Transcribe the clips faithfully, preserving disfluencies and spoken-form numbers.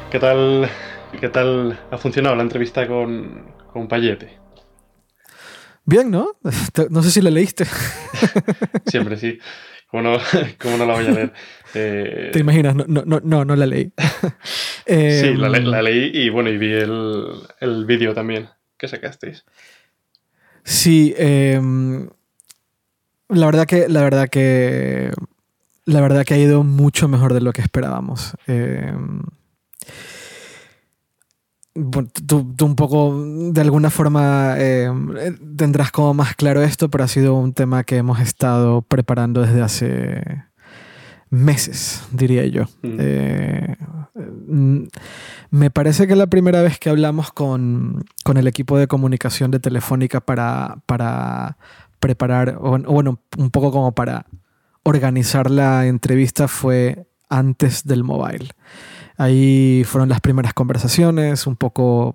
¿Qué tal, qué tal ha funcionado la entrevista con, con Payete? Bien, ¿no? Te- No sé si la leíste. Siempre sí. ¿Cómo no, cómo no la voy a leer? ¿Te Eh, imaginas? No, no, no, no, no la leí. sí, la, le- Em, la leí y bueno, y vi el, el vídeo también que sacasteis. sí, em, la verdad que, la verdad que, la verdad que ha ido mucho mejor de lo que esperábamos. Em, bueno, tú, tú un poco, de alguna forma, em, eh, tendrás como más claro esto, pero ha sido un tema que hemos estado preparando desde hace meses, diría yo. Mm, Eh, mm, Me parece que la primera vez que hablamos con, con el equipo de comunicación de Telefónica para, para preparar, o o bueno, un poco como para organizar la entrevista fue antes del mobile. Ahí fueron las primeras conversaciones, un poco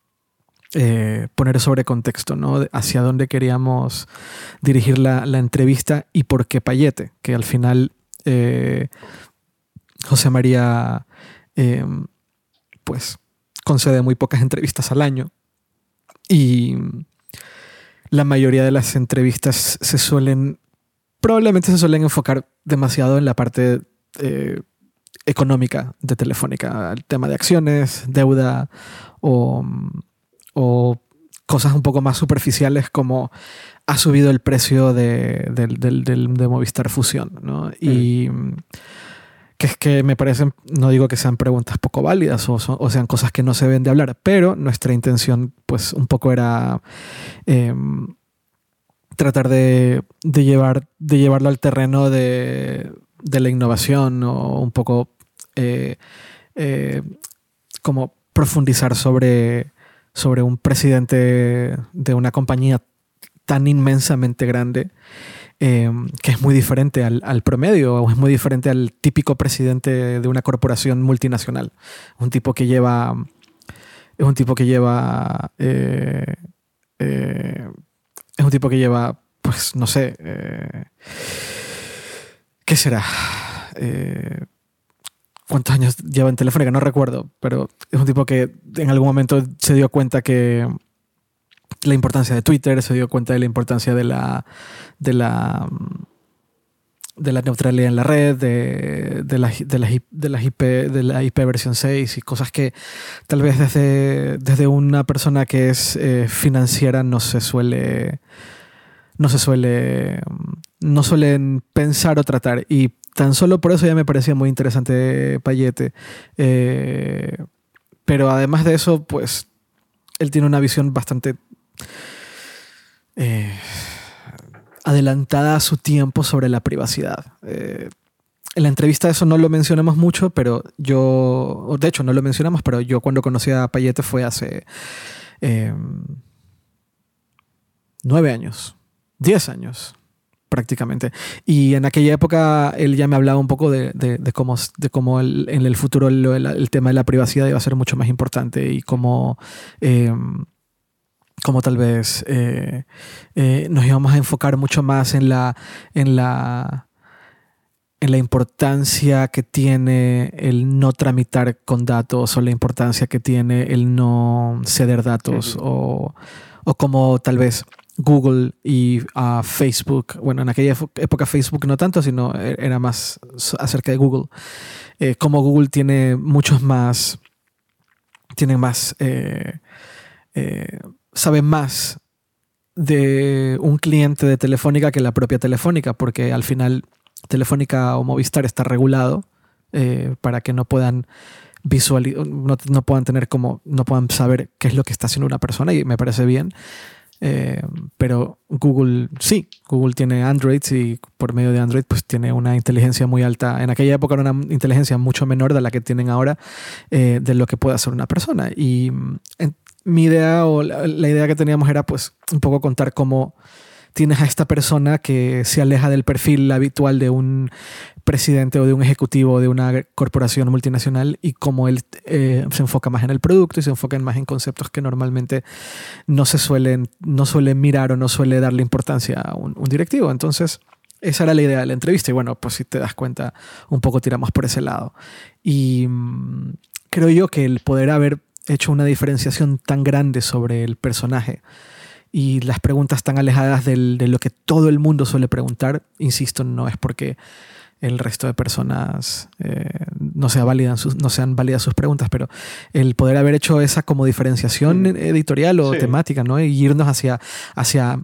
eh, poner sobre contexto, ¿no? De hacia dónde queríamos dirigir la, la entrevista y por qué Payete, que al final eh, José María eh, pues concede muy pocas entrevistas al año y la mayoría de las entrevistas se suelen, probablemente se suelen enfocar demasiado en la parte eh, económica de Telefónica, el tema de acciones, deuda o, o cosas un poco más superficiales como ha subido el precio de, del- del- del- de Movistar Fusión, ¿no? mm, Y que es que me parecen, no digo que sean preguntas poco válidas o, son- o sean cosas que no se deben de hablar, pero nuestra intención pues un poco era eh, tratar de, de llevar, de llevarlo al terreno de, de la innovación o un poco eh, eh, como profundizar sobre, sobre un presidente de una compañía tan inmensamente grande eh, que es muy diferente al, al promedio o es muy diferente al típico presidente de una corporación multinacional. Un tipo que lleva, es un tipo que lleva, eh, eh, es un tipo que lleva, pues no sé, eh, ¿qué será? Eh, ¿Cuántos años lleva en Telefónica? No recuerdo, pero es un tipo que en algún momento se dio cuenta que la importancia de Twitter, se dio cuenta de la importancia de la, de la, de la neutralidad en la red, de, de, la, de, las, de, las I P, de la I P versión seis y cosas que tal vez desde, desde una persona que es eh, financiera no se suele no se suele no suelen pensar o tratar y tan solo por eso ya me parecía muy interesante Payete. Eh, pero además de eso, pues él tiene una visión bastante eh, adelantada a su tiempo sobre la privacidad. Eh, en la entrevista eso no lo mencionamos mucho, pero yo, de hecho no lo mencionamos, pero yo cuando conocí a Payete fue hace eh, nueve años, diez años prácticamente. Y en aquella época él ya me hablaba un poco de, de, de cómo, de cómo el, en el futuro el, el, el, tema de la privacidad iba a ser mucho más importante y cómo... Eh, como tal vez eh, eh, nos íbamos a enfocar mucho más en la, en la en la importancia que tiene el no tramitar con datos o la importancia que tiene el no ceder datos ujú, o, o como tal vez Google y uh, Facebook, bueno, en aquella época Facebook no tanto, sino era más acerca de Google, eh, como Google tiene muchos más, tiene más, eh, eh, sabe más de un cliente de Telefónica que la propia Telefónica, porque al final Telefónica o Movistar está regulado eh, para que no puedan visualizar, no, no, puedan tener como, no puedan saber qué es lo que está haciendo una persona y me parece bien. Eh, pero Google sí, Google tiene Android y por medio de Android pues tiene una inteligencia muy alta. En aquella época era una inteligencia mucho menor de la que tienen ahora eh, de lo que puede hacer una persona. Y en, mi idea o la, la idea que teníamos era pues un poco contar cómo tienes a esta persona que se aleja del perfil habitual de un presidente o de un ejecutivo de una corporación multinacional y cómo él eh, se enfoca más en el producto y se enfoca más en conceptos que normalmente no se suelen, no suelen mirar o no suele darle importancia a un, un directivo. Entonces, esa era la idea de la entrevista y bueno, pues si te das cuenta, un poco tiramos por ese lado. Y creo yo que el poder haber hecho una diferenciación tan grande sobre el personaje y las preguntas tan alejadas del, de lo que todo el mundo suele preguntar, insisto, no es porque el resto de personas eh, no, sea válidan sus, no sean válidas sus preguntas, pero el poder haber hecho esa como diferenciación mm. editorial o sí. temática, ¿no? Y irnos hacia, hacia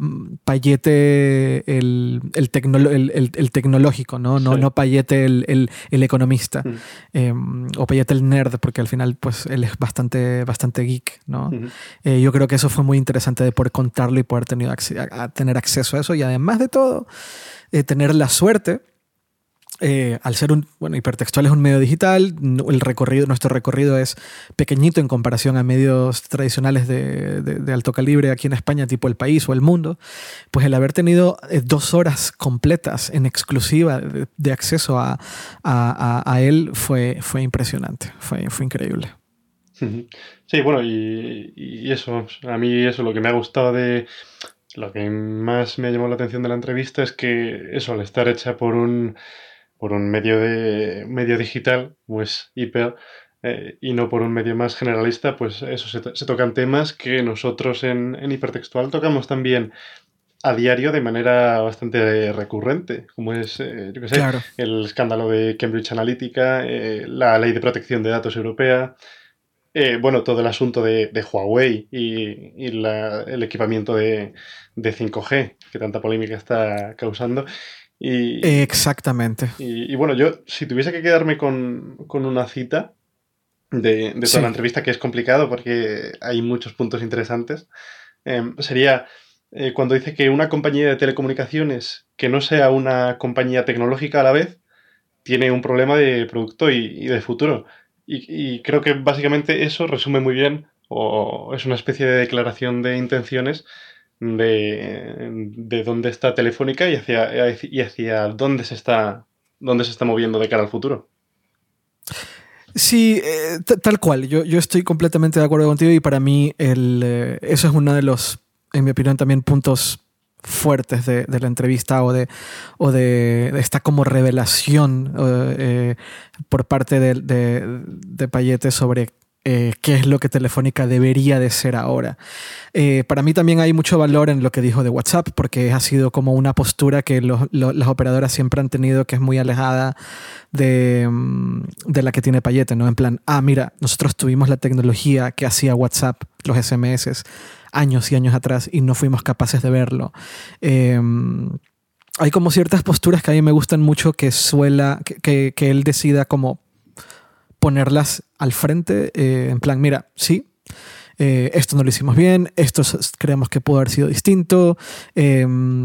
Payete el, el, tecno, el, el, el tecnológico, ¿no? No, sí. no Payete el, el, el economista mm. eh, o Payete el nerd, porque al final pues él es bastante, bastante geek, ¿no? Mm. Eh, yo creo que eso fue muy interesante de poder contarlo y poder tenido, a, a tener acceso a eso y además de todo, eh, tener la suerte. Eh, al ser un, bueno, Hipertextual es un medio digital, el recorrido, nuestro recorrido es pequeñito en comparación a medios tradicionales de, de, de alto calibre aquí en España, tipo El País o El Mundo, pues el haber tenido eh, dos horas completas en exclusiva de, de acceso a, a, a, a él fue, fue impresionante, fue, fue increíble. Sí, bueno, y, y eso, a mí eso, lo que me ha gustado de... Lo que más me llamó la atención de la entrevista es que eso, al estar hecha por un... por un medio de medio digital, pues hiper, eh, y no por un medio más generalista, pues eso, se, se tocan temas que nosotros en, en Hipertextual tocamos también a diario de manera bastante recurrente, como es, eh, yo qué sé, claro. el escándalo de Cambridge Analytica, eh, la ley de protección de datos europea, eh, bueno, todo el asunto de, de Huawei y, y la, el equipamiento de, de cinco G, que tanta polémica está causando. Y, Exactamente. Y, y bueno, yo si tuviese que quedarme con, con una cita de, de toda sí. la entrevista, que es complicado porque hay muchos puntos interesantes, eh, sería eh, cuando dice que una compañía de telecomunicaciones que no sea una compañía tecnológica a la vez tiene un problema de producto y, y de futuro. Y, y creo que básicamente eso resume muy bien, o es una especie de declaración de intenciones de, de dónde está Telefónica y hacia, y hacia dónde se está, dónde se está moviendo de cara al futuro. Sí, eh, t- tal cual. Yo, yo estoy completamente de acuerdo contigo y para mí el, eh, eso es uno de los, en mi opinión, también puntos fuertes de, de la entrevista o de, o de, de esta como revelación eh, por parte de, de, de Payete sobre Eh, qué es lo que Telefónica debería de ser ahora. Eh, para mí también hay mucho valor en lo que dijo de WhatsApp, porque ha sido como una postura que los, los, las operadoras siempre han tenido, que es muy alejada de, de la que tiene Payete, ¿no? En plan, ah, mira, nosotros tuvimos la tecnología que hacía WhatsApp, los S M S, años y años atrás y no fuimos capaces de verlo. Eh, hay como ciertas posturas que a mí me gustan mucho que suela, que, que, que él decida como ponerlas al frente, eh, en plan, mira, sí, eh, esto no lo hicimos bien, esto creemos que pudo haber sido distinto, eh,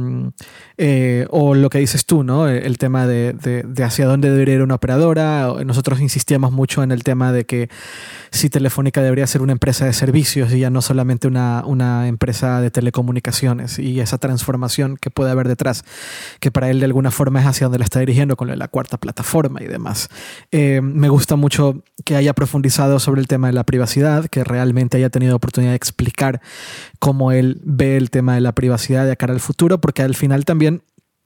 eh, o lo que dices tú, ¿no? El tema de, de, de hacia dónde debería ir una operadora. Nosotros insistíamos mucho en el tema de que si Telefónica debería ser una empresa de servicios y ya no solamente una, una empresa de telecomunicaciones, y esa transformación que puede haber detrás, que para él de alguna forma es hacia donde la está dirigiendo con la cuarta plataforma y demás. Eh, me gusta mucho que haya profundizado sobre el tema de la privacidad, que realmente haya tenido oportunidad de explicar cómo él ve el tema de la privacidad de cara al futuro, porque al final también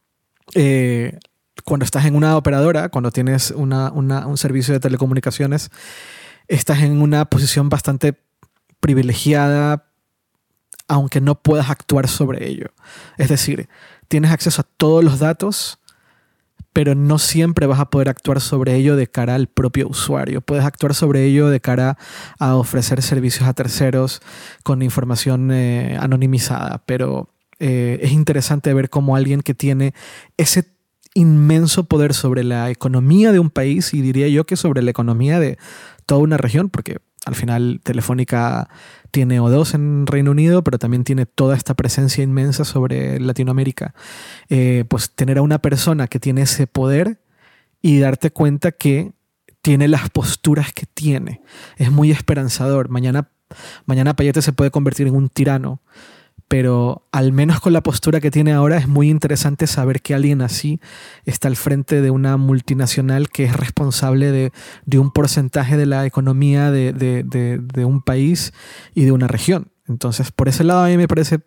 eh, cuando estás en una operadora, cuando tienes una, una, un servicio de telecomunicaciones, estás en una posición bastante privilegiada, aunque no puedas actuar sobre ello. Es decir, tienes acceso a todos los datos, pero no siempre vas a poder actuar sobre ello de cara al propio usuario. Puedes actuar sobre ello de cara a ofrecer servicios a terceros con información eh, anonimizada, pero eh, es interesante ver cómo alguien que tiene ese inmenso poder sobre la economía de un país, y diría yo que sobre la economía de toda una región, porque al final Telefónica tiene O dos en Reino Unido, pero también tiene toda esta presencia inmensa sobre Latinoamérica. Eh, pues tener a una persona que tiene ese poder y darte cuenta que tiene las posturas que tiene es muy esperanzador. Mañana, mañana Payete se puede convertir en un tirano, pero al menos con la postura que tiene ahora es muy interesante saber que alguien así está al frente de una multinacional que es responsable de, de un porcentaje de la economía de, de, de, de un país y de una región. Entonces, por ese lado a mí me parece...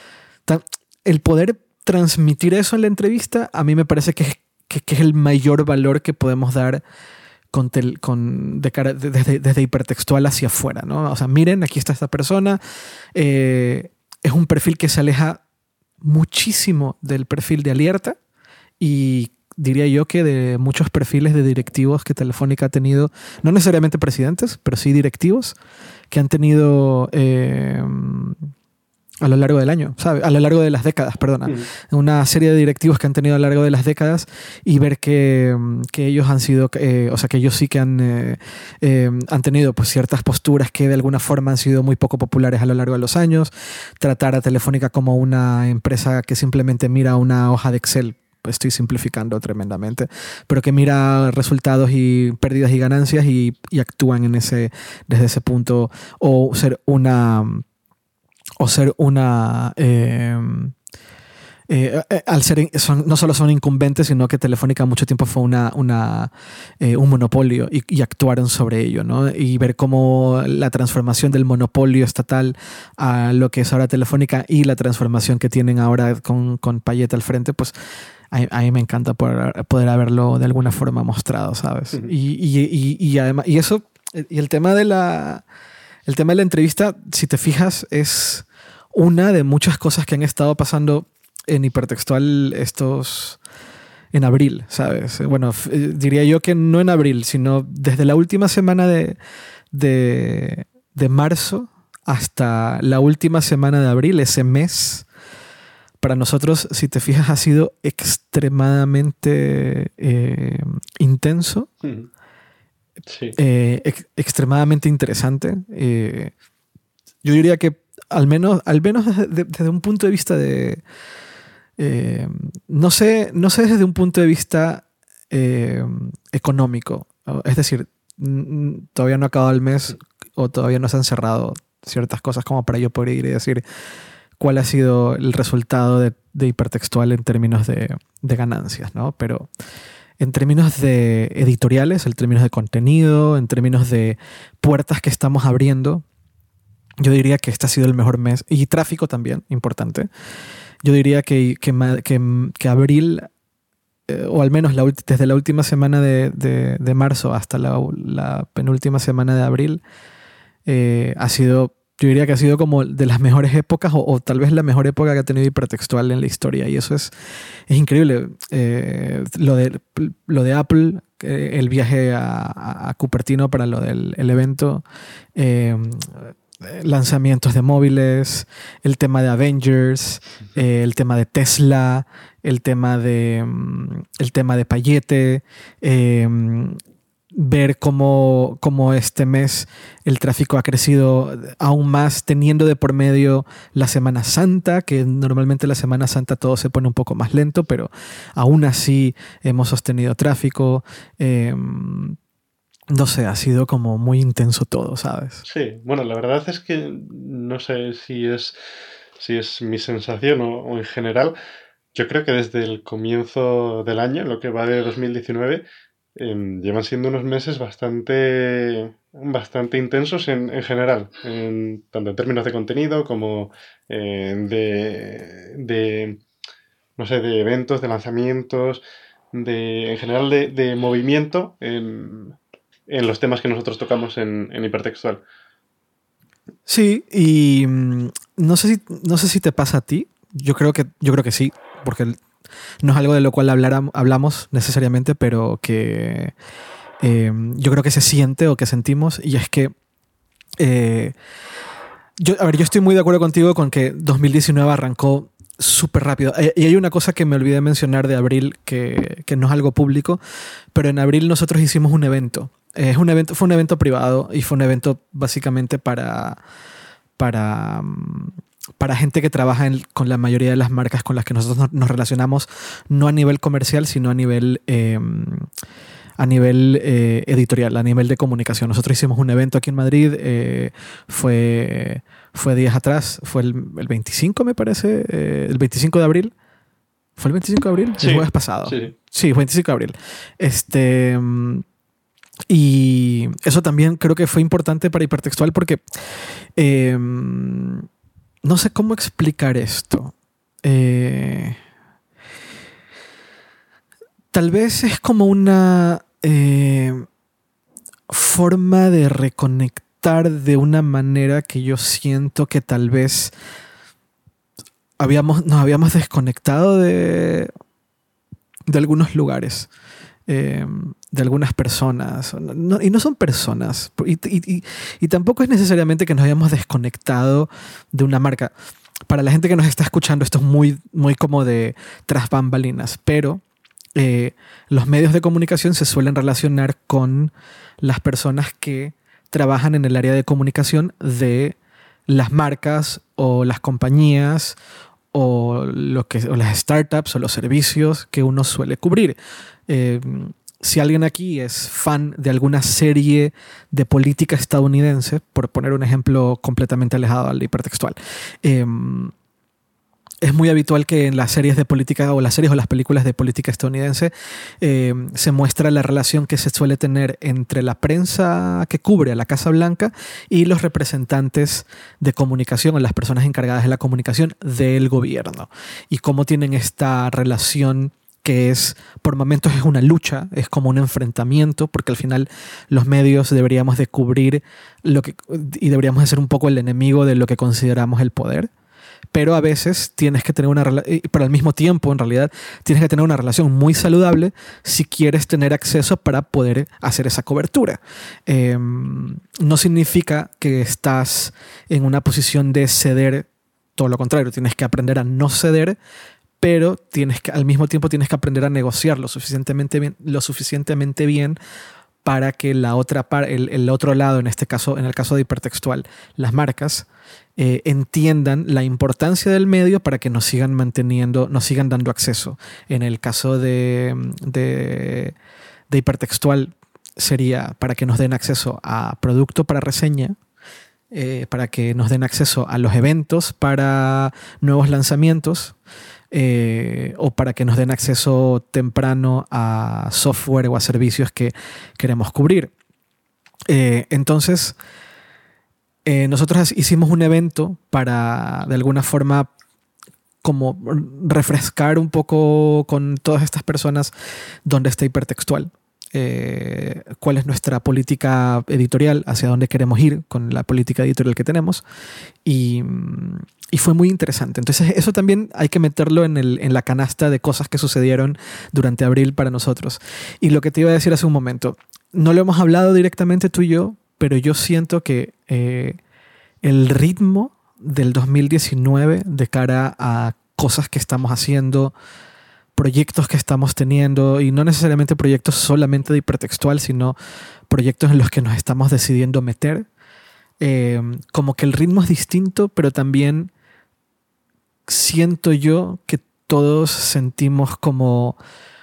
El poder transmitir eso en la entrevista a mí me parece que es, que, que es el mayor valor que podemos dar con tel, con, de cara, de, desde, desde hipertextual hacia afuera, ¿no? O sea, miren, aquí está esta persona. Eh, es un perfil que se aleja muchísimo del perfil de Alerta y diría yo que de muchos perfiles de directivos que Telefónica ha tenido, no necesariamente presidentes, pero sí directivos que han tenido eh, a lo largo del año, ¿sabes? A lo largo de las décadas, perdona. Uh-huh. Una serie de directivos que han tenido a lo largo de las décadas y ver que, que ellos han sido, eh, o sea, que ellos sí que han, eh, eh, han tenido pues ciertas posturas que de alguna forma han sido muy poco populares a lo largo de los años. Tratar a Telefónica como una empresa que simplemente mira una hoja de Excel. Estoy simplificando tremendamente, pero que mira resultados y pérdidas y ganancias y, y actúan en ese, desde ese punto, o ser una o ser una eh, eh, al ser son, no solo son incumbentes, sino que Telefónica mucho tiempo fue una, una eh, un monopolio y, y actuaron sobre ello, ¿no? Y ver cómo la transformación del monopolio estatal a lo que es ahora Telefónica y la transformación que tienen ahora con, con Payet al frente, pues A, a mí me encanta poder, poder haberlo de alguna forma mostrado, ¿sabes? Uh-huh. Y, y, y, y además, y eso, y el tema de la, el tema de la entrevista, si te fijas, es una de muchas cosas que han estado pasando en hipertextual estos, en abril, ¿sabes? Bueno, f- diría yo que no en abril, sino desde la última semana de, de, de marzo hasta la última semana de abril, ese mes. Para nosotros, si te fijas, ha sido extremadamente eh, intenso, sí. eh, ex- extremadamente interesante. Eh, yo diría que al menos, al menos desde, desde un punto de vista de... Eh, no sé, no sé desde un punto de vista eh, económico. Es decir, n- todavía no ha acabado el mes o todavía no se han cerrado ciertas cosas como para yo poder ir y decir cuál ha sido el resultado de, de hipertextual en términos de, de ganancias, ¿no? Pero en términos de editoriales, en términos de contenido, en términos de puertas que estamos abriendo, yo diría que este ha sido el mejor mes. Y tráfico también, importante. Yo diría que, que, que, que abril, eh, o al menos la, desde la última semana de, de, de marzo hasta la, la penúltima semana de abril, eh, ha sido... Yo diría que ha sido como de las mejores épocas o, o tal vez la mejor época que ha tenido hipertextual en la historia. Y eso es, es increíble. Eh, lo, de, lo de Apple, eh, el viaje a, a Cupertino para lo del el evento, eh, lanzamientos de móviles, el tema de Avengers, eh, el tema de Tesla, el tema de, el tema de Payete, eh, ver cómo, cómo este mes el tráfico ha crecido aún más, teniendo de por medio la Semana Santa, que normalmente la Semana Santa todo se pone un poco más lento, pero aún así hemos sostenido tráfico. Eh, no sé, ha sido como muy intenso todo, ¿sabes? Sí, bueno, la verdad es que no sé si es, si es mi sensación o, o en general. Yo creo que desde el comienzo del año, lo que va de dos mil diecinueve, eh, llevan siendo unos meses bastante, bastante intensos en, en general, en, tanto en términos de contenido como eh, de, de, no sé, de eventos, de lanzamientos, de, en general de, de movimiento en, en los temas que nosotros tocamos en, en hipertextual. Sí, y mmm, no sé si, no sé si te pasa a ti. Yo creo que, yo creo que sí, porque no es algo de lo cual hablar, hablamos necesariamente, pero que eh, yo creo que se siente o que sentimos, y es que eh, yo, a ver, yo estoy muy de acuerdo contigo con que dos mil diecinueve arrancó súper rápido. Y hay una cosa que me olvidé mencionar de abril, que, que no es algo público, pero en abril nosotros hicimos un evento. Es un evento, fue un evento privado y fue un evento básicamente para, para, para gente que trabaja en, con la mayoría de las marcas con las que nosotros nos relacionamos, no a nivel comercial, sino a nivel, eh, a nivel eh, editorial, a nivel de comunicación. Nosotros hicimos un evento aquí en Madrid, eh, fue, fue días atrás, fue el, el veinticinco me parece, eh, el veinticinco de abril. ¿Fue el veinticinco de abril? Sí, el jueves pasado. Sí, sí, veinticinco de abril. Este... Y eso también creo que fue importante para hipertextual porque eh, no sé cómo explicar esto. Eh, tal vez es como una... Eh, forma de reconectar de una manera que yo siento que tal vez habíamos, nos habíamos desconectado de, de algunos lugares. Eh, de algunas personas, no, y no son personas, y, y, y, y tampoco es necesariamente que nos hayamos desconectado de una marca. Para la gente que nos está escuchando, esto es muy, muy como de tras bambalinas, pero eh, los medios de comunicación se suelen relacionar con las personas que trabajan en el área de comunicación de las marcas o las compañías o, lo que, o las startups o los servicios que uno suele cubrir. Eh, si alguien aquí es fan de alguna serie de política estadounidense, por poner un ejemplo completamente alejado al hipertextual, eh, es muy habitual que en las series de política o las series o las películas de política estadounidense eh, se muestra la relación que se suele tener entre la prensa que cubre a la Casa Blanca y los representantes de comunicación o las personas encargadas de la comunicación del gobierno, y cómo tienen esta relación que es, por momentos es una lucha, es como un enfrentamiento, porque al final los medios deberíamos de cubrir lo que, y deberíamos de ser un poco el enemigo de lo que consideramos el poder. Pero a veces tienes que tener una relación, pero al mismo tiempo en realidad tienes que tener una relación muy saludable si quieres tener acceso para poder hacer esa cobertura. Eh, no significa que estás en una posición de ceder, todo lo contrario, tienes que aprender a no ceder, pero tienes que, al mismo tiempo tienes que aprender a negociar lo suficientemente bien, lo suficientemente bien para que la otra par, el, el otro lado, en este caso, en el caso de hipertextual, las marcas, eh, entiendan la importancia del medio para que nos sigan manteniendo, nos sigan dando acceso. En el caso de, de, de hipertextual sería para que nos den acceso a producto para reseña, eh, para que nos den acceso a los eventos para nuevos lanzamientos, Eh, o para que nos den acceso temprano a software o a servicios que queremos cubrir. Eh, entonces, eh, nosotros hicimos un evento para, de alguna forma, como refrescar un poco con todas estas personas dónde está hipertextual. Eh, cuál es nuestra política editorial, hacia dónde queremos ir con la política editorial que tenemos, y, y fue muy interesante. Entonces eso también hay que meterlo en, el, en la canasta de cosas que sucedieron durante abril para nosotros. Y lo que te iba a decir hace un momento, no lo hemos hablado directamente tú y yo, pero yo siento que eh, el ritmo del dos mil diecinueve de cara a cosas que estamos haciendo, proyectos que estamos teniendo, y no necesariamente proyectos solamente de hipertextual, sino proyectos en los que nos estamos decidiendo meter, eh, como que el ritmo es distinto, pero también siento yo que todos sentimos como,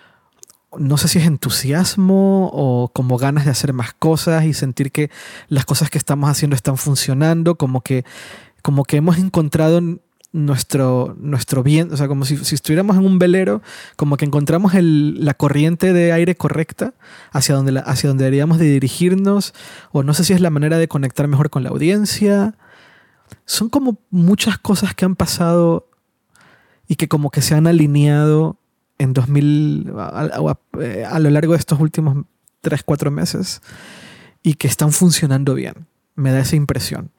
no sé si es entusiasmo o como ganas de hacer más cosas y sentir que las cosas que estamos haciendo están funcionando, como que, como que hemos encontrado nuestro, nuestro bien, o sea, como si, si estuviéramos en un velero, como que encontramos el, la corriente de aire correcta hacia donde, la, hacia donde deberíamos de dirigirnos, o no sé si es la manera de conectar mejor con la audiencia. Son como muchas cosas que han pasado y que como que se han alineado en dos mil, a, a, a lo largo de estos últimos tres, cuatro meses, y que están funcionando bien. Me da esa impresión.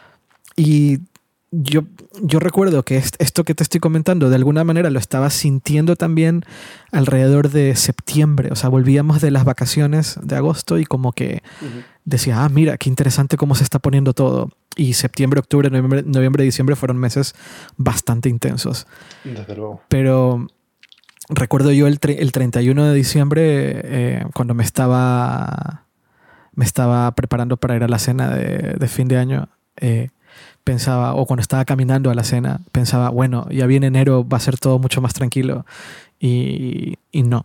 Y Yo, yo recuerdo que esto que te estoy comentando de alguna manera lo estaba sintiendo también alrededor de septiembre. O sea, volvíamos de las vacaciones de agosto y como que uh-huh. decía, ah, mira, qué interesante cómo se está poniendo todo. Y septiembre, octubre, noviembre, noviembre, diciembre fueron meses bastante intensos. Desde luego. Pero recuerdo yo el, tre- el treinta y uno de diciembre, eh, cuando me estaba, me estaba preparando para ir a la cena de, de fin de año, eh, pensaba, o cuando estaba caminando a la cena, pensaba, bueno, ya viene enero, va a ser todo mucho más tranquilo. Y, y no.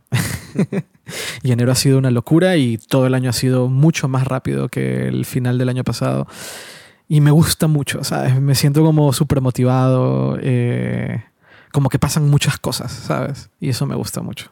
Y enero ha sido una locura y todo el año ha sido mucho más rápido que el final del año pasado. Y me gusta mucho, ¿sabes? Me siento como súper motivado, eh, como que pasan muchas cosas, ¿sabes? Y eso me gusta mucho.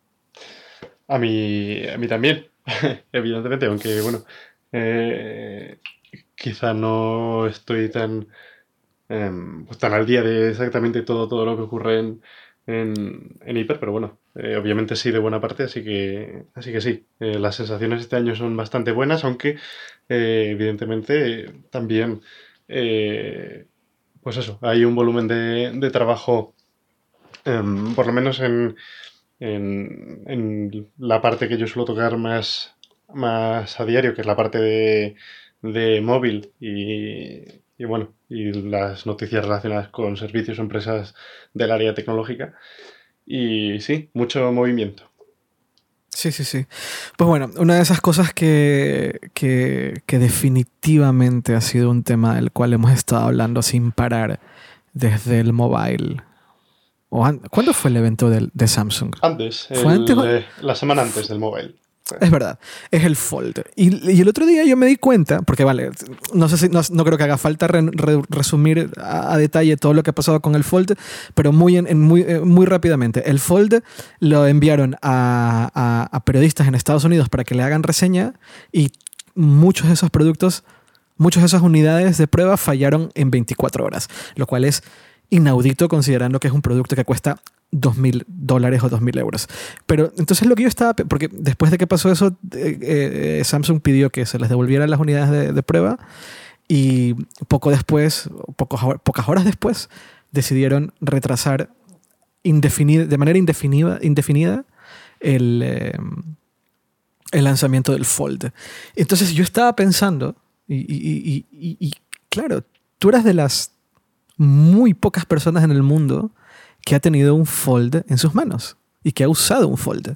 A mí, a mí también, evidentemente, aunque, bueno... Eh... Quizá no estoy tan, eh, pues tan al día de exactamente todo, todo lo que ocurre en, en, en hiper, pero bueno, eh, obviamente sí de buena parte, así que, así que sí. Eh, las sensaciones este año son bastante buenas, aunque eh, evidentemente eh, también, eh, pues eso, hay un volumen de, de trabajo, em, por lo menos en, en, en la parte que yo suelo tocar más, más a diario, que es la parte de, de móvil y, y bueno, y las noticias relacionadas con servicios o empresas del área tecnológica. Y sí, mucho movimiento. Sí, sí, sí. Pues bueno, una de esas cosas que, que, que definitivamente ha sido un tema del cual hemos estado hablando sin parar desde el mobile. O an- ¿Cuándo fue el evento del- de Samsung? Antes, ¿Fue antes? el, o- eh, la semana antes del mobile. Es verdad, es el Fold. Y, y el otro día yo me di cuenta, porque vale, no sé si no, no creo que haga falta re- re- resumir a, a detalle todo lo que ha pasado con el Fold, pero muy, en, en muy, eh, muy rápidamente. El Fold lo enviaron a, a- a periodistas en Estados Unidos para que le hagan reseña y muchos de esos productos, muchas de esas unidades de prueba fallaron en veinticuatro horas, lo cual es inaudito considerando que es un producto que cuesta dos mil dólares o dos mil euros. Pero entonces lo que yo estaba, porque después de que pasó eso, eh, eh, Samsung pidió que se les devolvieran las unidades de, de prueba y poco después, pocos, pocas horas después, decidieron retrasar indefinida, de manera indefinida, indefinida el, eh, el lanzamiento del Fold. Entonces yo estaba pensando, y, y, y, y, y claro, tú eras de las muy pocas personas en el mundo que ha tenido un Fold en sus manos y que ha usado un Fold.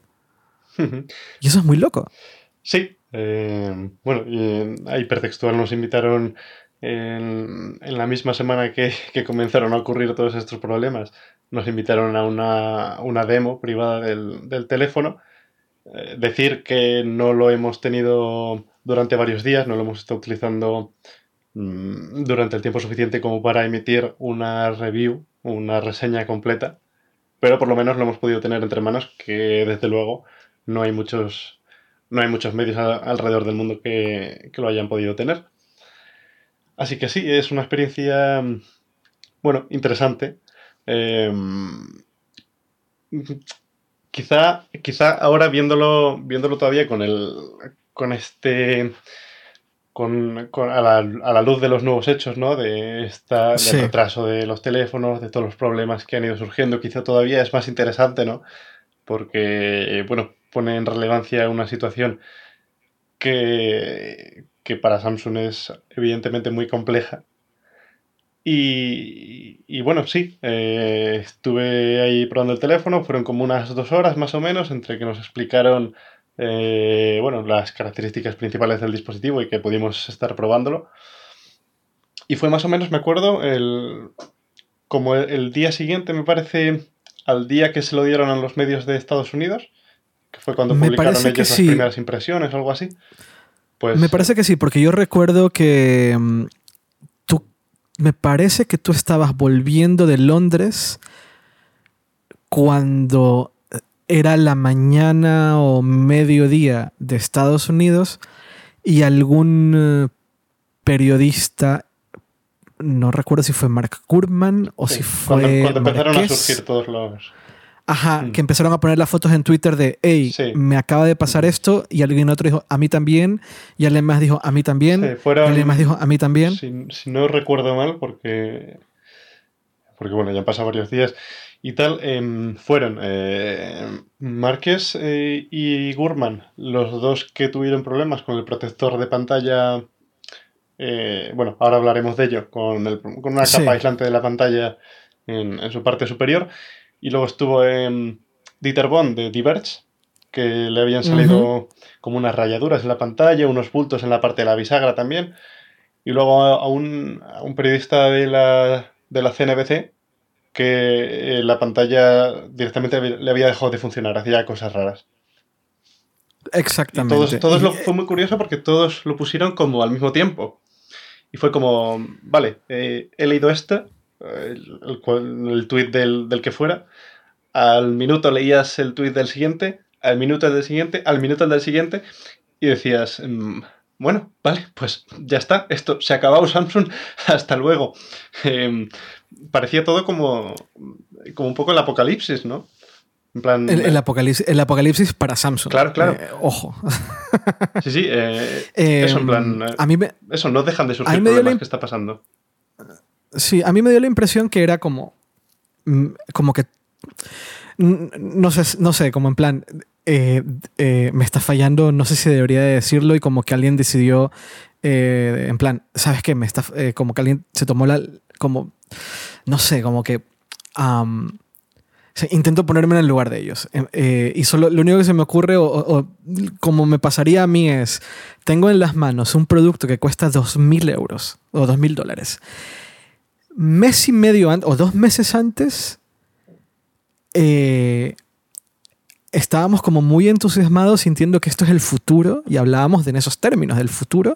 Y eso es muy loco. Sí, eh, bueno, y a Hipertextual nos invitaron en, en la misma semana que, que comenzaron a ocurrir todos estos problemas. Nos invitaron a una, una demo privada del, del teléfono. Eh, decir que no lo hemos tenido durante varios días, no lo hemos estado utilizando mm, durante el tiempo suficiente como para emitir una review, una reseña completa, pero por lo menos lo hemos podido tener entre manos, que desde luego no hay muchos, no hay muchos medios a- alrededor del mundo que, que lo hayan podido tener. Así que sí, es una experiencia, mm, bueno, interesante. Eh, quizá, quizá ahora viéndolo, viéndolo todavía con el, con este, con, con- a, la, a la luz de los nuevos hechos, ¿no? De esta, del Sí, retraso de los teléfonos, de todos los problemas que han ido surgiendo, quizá todavía es más interesante, ¿no? Porque, bueno, pone en relevancia una situación que, que para Samsung es evidentemente muy compleja. Y, y bueno, sí, eh, estuve ahí probando el teléfono, fueron como unas dos horas más o menos, entre que nos explicaron, eh, bueno, las características principales del dispositivo y que pudimos estar probándolo. Y fue más o menos, me acuerdo, el, como el, el día siguiente, me parece, al día que se lo dieron a los medios de Estados Unidos, que fue cuando me publicaron parece que ellos las sí. primeras impresiones o algo así. Me Pues, eh, parece que sí, porque yo recuerdo que mm, tú, me parece que tú estabas volviendo de Londres cuando era la mañana o mediodía de Estados Unidos y algún eh, periodista, no recuerdo si fue Mark Gurman o si sí, cuando, fue cuando empezaron a surgir Marqués, todos los... ajá, Mm, que empezaron a poner las fotos en Twitter de, hey, sí, me acaba de pasar esto, y alguien otro dijo, a mí también, y alguien más dijo, a mí también, sí, y alguien más dijo, fueron, a mí también. si, si no recuerdo mal, porque, porque bueno, ya han pasado varios días y tal, em, fueron eh, Márquez eh, y Gurman, los dos que tuvieron problemas con el protector de pantalla. Eh, bueno, ahora hablaremos de ello, con, el- con una capa Sí, aislante de la pantalla en, en su parte superior. Y luego estuvo en Dieter Bond de Diverge, que le habían ujú, salido como unas rayaduras en la pantalla, unos bultos en la parte de la bisagra también. Y luego a, a un, a un periodista de la, de la C N B C que eh, la pantalla directamente le había dejado de funcionar, hacía cosas raras. Y todos, exactamente. todos Y, lo, eh, fue muy curioso porque todos lo pusieron como al mismo tiempo. Y fue como, vale, eh, he leído este, el, el, cual- el tuit del, del que fuera, al minuto leías el tuit del siguiente, al minuto el del siguiente, al minuto el del siguiente, y decías, mm, bueno, vale, pues ya está, esto se ha acabado Samsung, hasta luego. Em, parecía todo como como un poco el apocalipsis, ¿no? En plan, el, el, apocalipsis, el apocalipsis para Samsung. Claro, claro. Eh, ojo. Sí, sí. Eh, eh, eso, en plan... Eh, a mí me, eso, no dejan de surgir problemas la, que está pasando. Sí, a mí me dio la impresión que era como... Como que... No sé, no sé, como en plan... Eh, eh, me está fallando, no sé si debería de decirlo, y como que alguien decidió... Eh, en plan, ¿sabes qué? Me está, eh, como que alguien se tomó la... Como... No sé, como que... Um, o sea, intento ponerme en el lugar de ellos. Eh, y solo lo único que se me ocurre, o, o, o como me pasaría a mí, es: tengo en las manos un producto que cuesta dos mil euros o dos mil dólares. Mes y medio antes, o dos meses antes, eh, estábamos como muy entusiasmados, sintiendo que esto es el futuro, y hablábamos de en esos términos del futuro.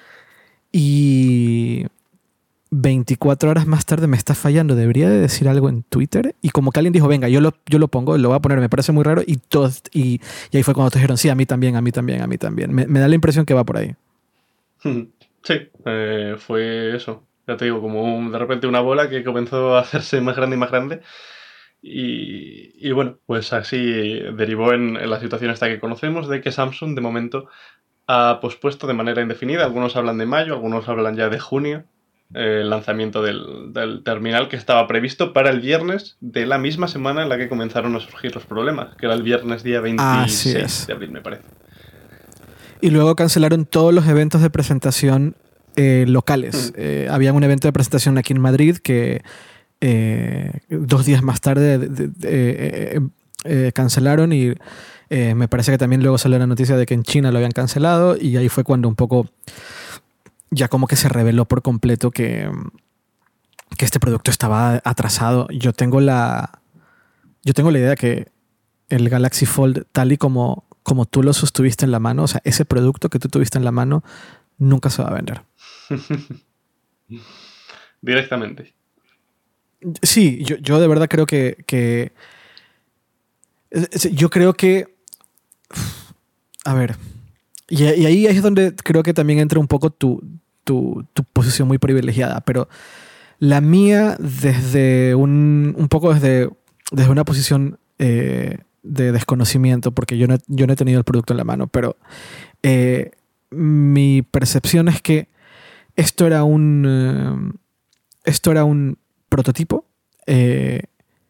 Y veinticuatro horas más tarde me está fallando. Debería de decir algo en Twitter. Y como que alguien dijo, venga, yo lo, yo lo pongo, lo voy a poner, me parece muy raro. Y, todo, y, y ahí fue cuando te dijeron, sí, a mí también, a mí también, a mí también. Me, me da la impresión que va por ahí. Sí, eh, fue eso. Ya te digo, como un, de repente una bola que comenzó a hacerse más grande y más grande. Y, y bueno, pues así derivó en, en la situación esta que conocemos, de que Samsung de momento ha pospuesto de manera indefinida. Algunos hablan de mayo, algunos hablan ya de junio. Eh, el lanzamiento del, del terminal, que estaba previsto para el viernes de la misma semana en la que comenzaron a surgir los problemas, que era el viernes día veintiséis de abril, me parece. Y luego cancelaron todos los eventos de presentación eh, locales. Mm. Eh, había un evento de presentación aquí en Madrid que eh, dos días más tarde de, de, de, eh, eh, cancelaron, y eh, me parece que también luego salió la noticia de que en China lo habían cancelado, y ahí fue cuando un poco ya como que se reveló por completo que, que este producto estaba atrasado. Yo tengo la, yo tengo la idea que el Galaxy Fold, tal y como, como tú lo sostuviste en la mano, o sea, ese producto que tú tuviste en la mano, nunca se va a vender. Directamente. Sí, yo, yo de verdad creo que, que... Yo creo que... A ver... Y, y ahí es donde creo que también entra un poco tu, tu, tu posición muy privilegiada, pero la mía desde un, un poco desde, desde una posición eh, de desconocimiento, porque yo no, yo no he tenido el producto en la mano, pero eh, mi percepción es que esto era un, uh, esto era un prototipo eh,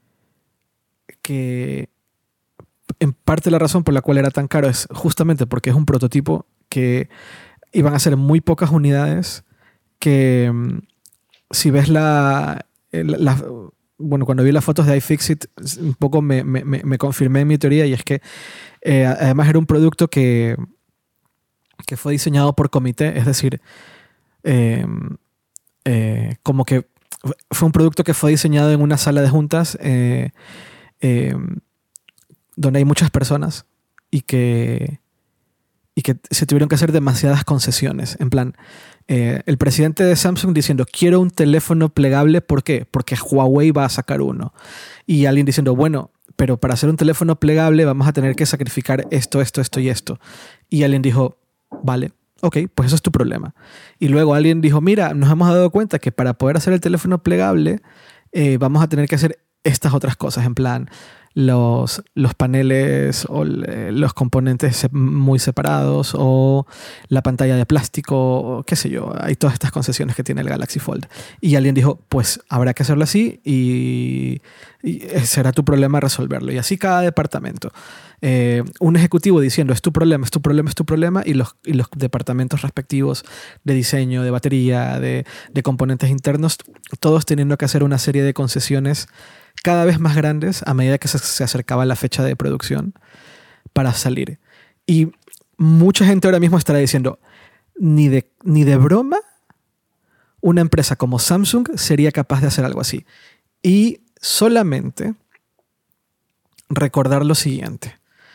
que... En parte la razón por la cual era tan caro es justamente porque es un prototipo que iban a ser muy pocas unidades, que si ves la, la, la bueno, cuando vi las fotos de iFixit un poco me, me, me confirmé mi teoría, y es que eh, además era un producto que, que fue diseñado por comité, es decir, eh, eh, como que fue un producto que fue diseñado en una sala de juntas eh, eh, donde hay muchas personas, y que, y que se tuvieron que hacer demasiadas concesiones. En plan, eh, el presidente de Samsung diciendo, quiero un teléfono plegable, ¿por qué? Porque Huawei va a sacar uno. Y alguien diciendo, bueno, pero para hacer un teléfono plegable vamos a tener que sacrificar esto, esto, esto y esto. Y alguien dijo, vale, ok, pues eso es tu problema. Y luego alguien dijo, mira, nos hemos dado cuenta que para poder hacer el teléfono plegable eh, vamos a tener que hacer estas otras cosas, en plan... Los, los paneles o los componentes muy separados, o la pantalla de plástico, o qué sé yo. Hay todas estas concesiones que tiene el Galaxy Fold. Y alguien dijo, pues habrá que hacerlo así, y, y será tu problema resolverlo. Y así cada departamento. Eh, un ejecutivo diciendo, es tu problema, es tu problema, es tu problema, y los, y los departamentos respectivos de diseño, de batería, de, de componentes internos, todos teniendo que hacer una serie de concesiones cada vez más grandes a medida que se, se acercaba la fecha de producción para salir. Y mucha gente ahora mismo estará diciendo, ni de, ni de broma una empresa como Samsung sería capaz de hacer algo así. Y solamente recordar lo siguiente.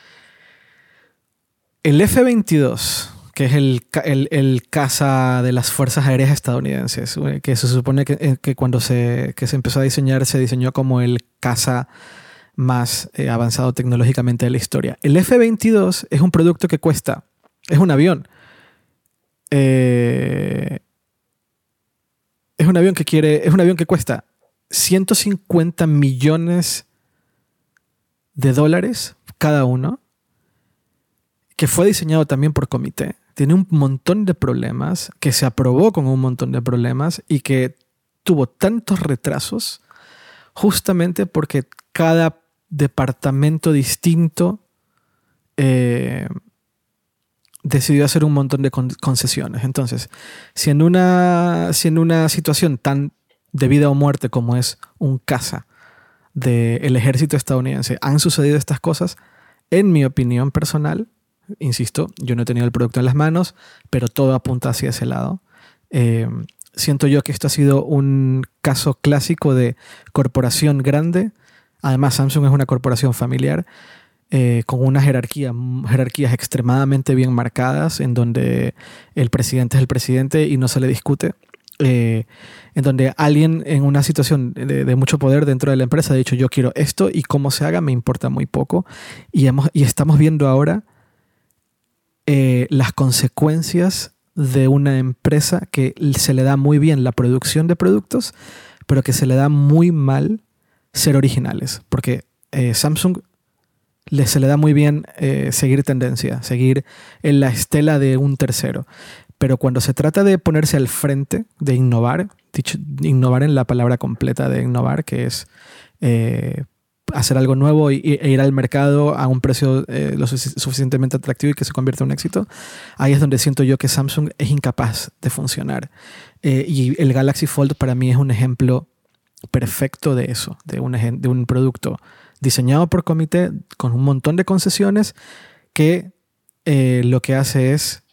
El F veintidós, que es el, el, el caza de las Fuerzas Aéreas estadounidenses, que se supone que, que cuando se, que se empezó a diseñar, se diseñó como el caza más eh, avanzado tecnológicamente de la historia. El F veintidós es un producto que cuesta, es un avión. Eh, es un avión que quiere, es un avión que cuesta ciento cincuenta millones de dólares cada uno, que fue diseñado también por comité. Tiene un montón de problemas, que se aprobó con un montón de problemas y que tuvo tantos retrasos justamente porque cada departamento distinto eh, decidió hacer un montón de con- concesiones. Entonces, si en una, si en una situación tan de vida o muerte como es un caza del ejército estadounidense han sucedido estas cosas, en mi opinión personal, insisto, yo no he tenido el producto en las manos, pero todo apunta hacia ese lado. Eh, siento yo que esto ha sido un caso clásico de corporación grande. Además, Samsung es una corporación familiar eh, con una jerarquía, jerarquías extremadamente bien marcadas, en donde el presidente es el presidente y no se le discute. Eh, en donde alguien en una situación de, de mucho poder dentro de la empresa ha dicho yo quiero esto y cómo se haga me importa muy poco. Y, hemos, y estamos viendo ahora eh, las consecuencias de una empresa que se le da muy bien la producción de productos, pero que se le da muy mal ser originales. Porque eh, Samsung le, se le da muy bien eh, seguir tendencia, seguir en la estela de un tercero. Pero cuando se trata de ponerse al frente, de innovar, dicho, innovar en la palabra completa de innovar, que es eh, hacer algo nuevo y, e ir al mercado a un precio eh, lo suficientemente atractivo y que se convierta en un éxito, ahí es donde siento yo que Samsung es incapaz de funcionar. Eh, y el Galaxy Fold para mí es un ejemplo perfecto de eso, de un, de un producto diseñado por comité con un montón de concesiones que eh, lo que hace es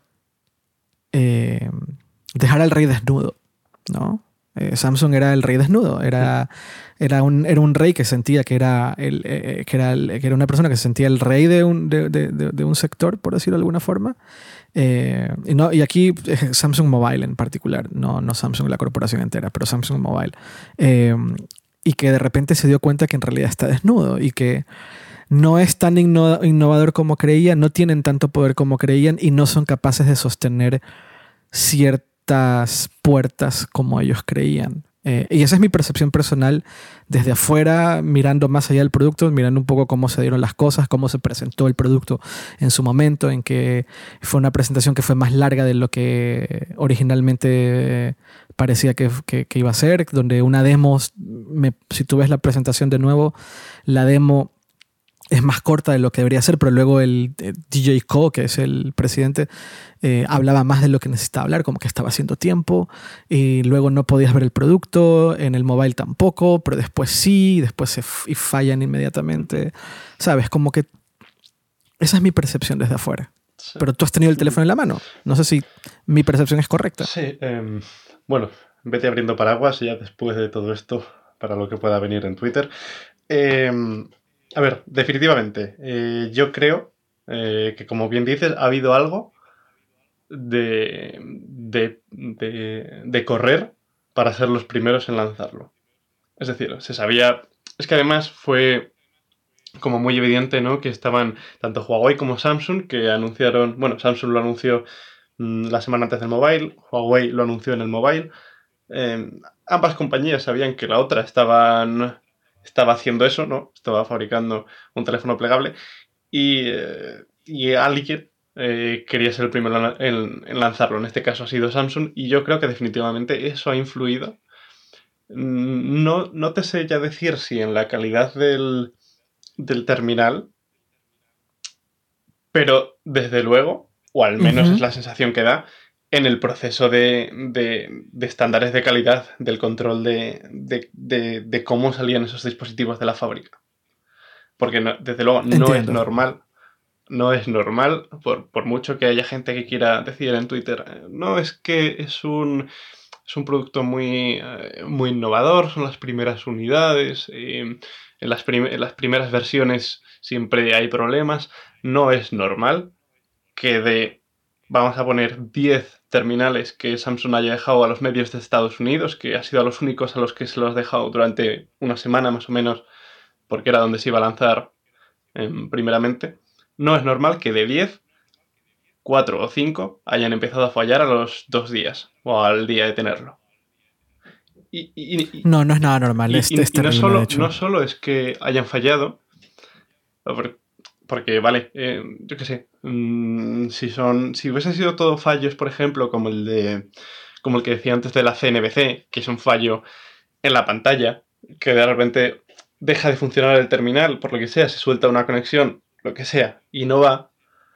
eh, dejar al rey desnudo, ¿no? Eh, Samsung era el rey desnudo, era, era, un, era un rey que sentía que era, el, eh, que, era el, que era una persona que se sentía el rey de un, de, de, de un sector, por decirlo de alguna forma. Eh, y, no, y aquí eh, Samsung Mobile en particular, no, no Samsung la corporación entera, pero Samsung Mobile. Eh, y que de repente se dio cuenta que en realidad está desnudo y que no es tan inno innovador como creían, no tienen tanto poder como creían y no son capaces de sostener ciertas puertas como ellos creían. Eh, y esa es mi percepción personal desde afuera, mirando más allá del producto, mirando un poco cómo se dieron las cosas, cómo se presentó el producto en su momento, en que fue una presentación que fue más larga de lo que originalmente parecía que, que, que iba a ser, donde una demo, me, si tú ves la presentación de nuevo, la demo es más corta de lo que debería ser, pero luego el, el D J Ko, que es el presidente, eh, hablaba más de lo que necesitaba hablar, como que estaba haciendo tiempo, y luego no podías ver el producto, en el mobile tampoco, pero después sí, después se y fallan inmediatamente. ¿Sabes? Como que esa es mi percepción desde afuera. Sí. Pero tú has tenido el teléfono en la mano. No sé si mi percepción es correcta. Sí, eh, bueno, vete abriendo paraguas y ya después de todo esto, para lo que pueda venir en Twitter. Eh, A ver, definitivamente, eh, yo creo eh, que, como bien dices, ha habido algo de, de, de, de correr para ser los primeros en lanzarlo. Es decir, se sabía... Es que además fue como muy evidente, ¿no?, que estaban tanto Huawei como Samsung, que anunciaron... Bueno, Samsung lo anunció mmm, la semana antes del mobile, Huawei lo anunció en el mobile. Eh, ambas compañías sabían que la otra estaban... estaba haciendo eso, ¿no? Estaba fabricando un teléfono plegable y, eh, y alguien eh, quería ser el primero en, en lanzarlo. En este caso ha sido Samsung y yo creo que definitivamente eso ha influido. No, no te sé ya decir si en la calidad del, del terminal, pero desde luego, o al menos uh-huh. es la sensación que da, en el proceso de, de, de estándares de calidad del control de, de, de, de cómo salían esos dispositivos de la fábrica. Porque no, desde luego no Entiendo. es normal, no es normal, por, por mucho que haya gente que quiera decir en Twitter, no, es que es un, es un producto muy, muy innovador, son las primeras unidades, eh, en, las prim en las primeras versiones siempre hay problemas. No es normal que de... vamos a poner diez terminales que Samsung haya dejado a los medios de Estados Unidos, que ha sido a los únicos a los que se los ha dejado durante una semana más o menos, porque era donde se iba a lanzar eh, primeramente. No es normal que de diez, cuatro o cinco hayan empezado a fallar a los dos días, o al día de tenerlo. y, y, y, no, no es nada normal. Y, es, y, es y no, terrible, solo, de hecho. no solo es que hayan fallado, porque, vale, eh, yo qué sé, mmm, si son, si hubiesen sido todos fallos, por ejemplo, como el de, como el que decía antes de la C N B C, que es un fallo en la pantalla, que de repente deja de funcionar el terminal, por lo que sea, se suelta una conexión, lo que sea, y no va,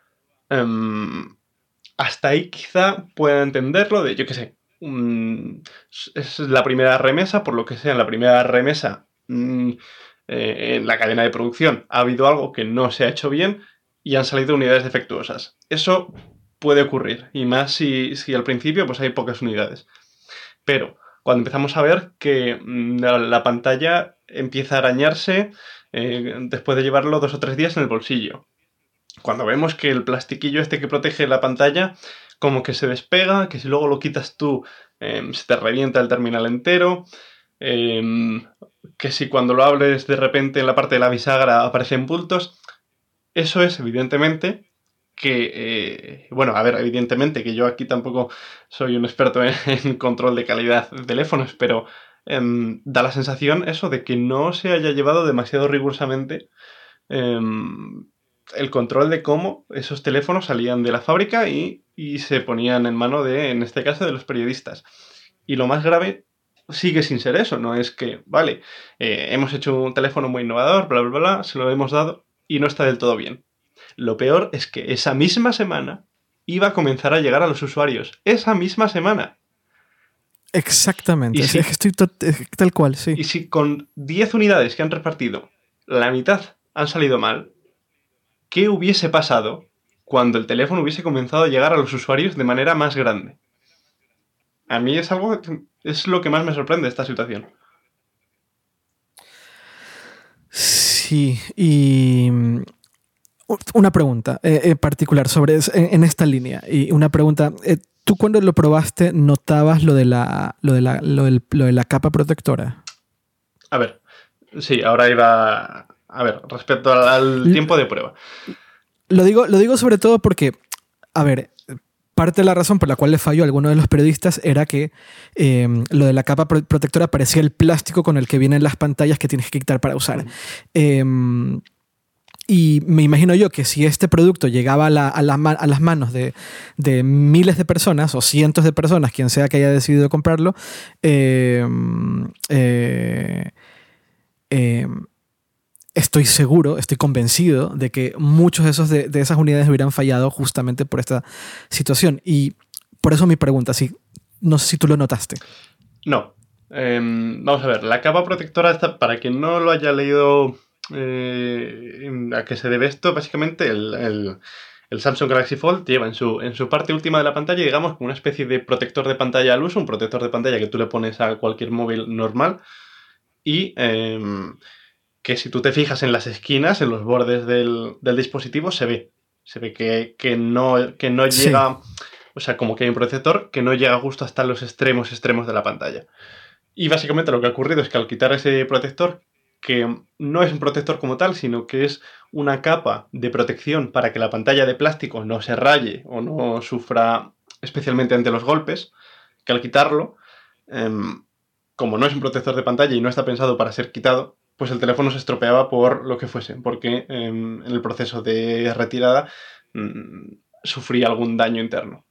um, hasta ahí quizá pueda entenderlo de, yo qué sé, um, es la primera remesa, por lo que sea, en la primera remesa, um, eh, en la cadena de producción ha habido algo que no se ha hecho bien y han salido unidades defectuosas. Eso puede ocurrir, y más si, si al principio pues hay pocas unidades. Pero cuando empezamos a ver que mm, la, la pantalla empieza a arañarse eh, después de llevarlo dos o tres días en el bolsillo. Cuando vemos que el plastiquillo este que protege la pantalla como que se despega, que si luego lo quitas tú eh, se te revienta el terminal entero, eh, que si cuando lo abres de repente en la parte de la bisagra aparecen bultos, eso es evidentemente que, eh, bueno, a ver, evidentemente que yo aquí tampoco soy un experto en, en control de calidad de teléfonos, pero eh, da la sensación eso de que no se haya llevado demasiado rigurosamente eh, el control de cómo esos teléfonos salían de la fábrica y, y se ponían en mano de, en este caso, de los periodistas. Y lo más grave sigue sin ser eso, no es que, vale, eh, hemos hecho un teléfono muy innovador, bla, bla, bla, se lo hemos dado y no está del todo bien. Lo peor es que esa misma semana iba a comenzar a llegar a los usuarios. Esa misma semana. Exactamente. Si, es que estoy tal cual, sí. Y si con diez unidades que han repartido, la mitad han salido mal, ¿qué hubiese pasado cuando el teléfono hubiese comenzado a llegar a los usuarios de manera más grande? A mí es algo que es lo que más me sorprende de esta situación. Sí, y una pregunta eh, en particular sobre en, en esta línea. Y una pregunta, eh, ¿tú cuando lo probaste notabas lo de la, lo de la, lo del, lo de la capa protectora? A ver, sí, ahora iba... A ver, respecto al, al tiempo de prueba. Lo digo, lo digo sobre todo porque, a ver, parte de la razón por la cual le falló a alguno de los periodistas era que eh, lo de la capa pro protectora parecía el plástico con el que vienen las pantallas que tienes que quitar para usar. Uh-huh. eh, y me imagino yo que si este producto llegaba a, la, a, la, a las manos de, de miles de personas o cientos de personas, quien sea que haya decidido comprarlo, eh, eh, eh, estoy seguro, estoy convencido de que muchos de, esos de, de esas unidades hubieran fallado justamente por esta situación. Y por eso mi pregunta, si, no sé si tú lo notaste. No. Eh, vamos a ver, la capa protectora, esta, para quien no lo haya leído, eh, a qué se debe esto, básicamente el, el, el Samsung Galaxy Fold lleva en su, en su parte última de la pantalla, digamos, como una especie de protector de pantalla al uso, un protector de pantalla que tú le pones a cualquier móvil normal y... Eh, que si tú te fijas en las esquinas, en los bordes del, del dispositivo, se ve. Se ve que, que no, que no llega... Sí. O sea, como que hay un protector que no llega justo hasta los extremos extremos de la pantalla. Y básicamente lo que ha ocurrido es que al quitar ese protector, que no es un protector como tal, sino que es una capa de protección para que la pantalla de plástico no se raye o no sufra especialmente ante los golpes, que al quitarlo, eh, como no es un protector de pantalla y no está pensado para ser quitado, pues el teléfono se estropeaba por lo que fuese, porque eh, en el proceso de retirada mmm, sufría algún daño interno.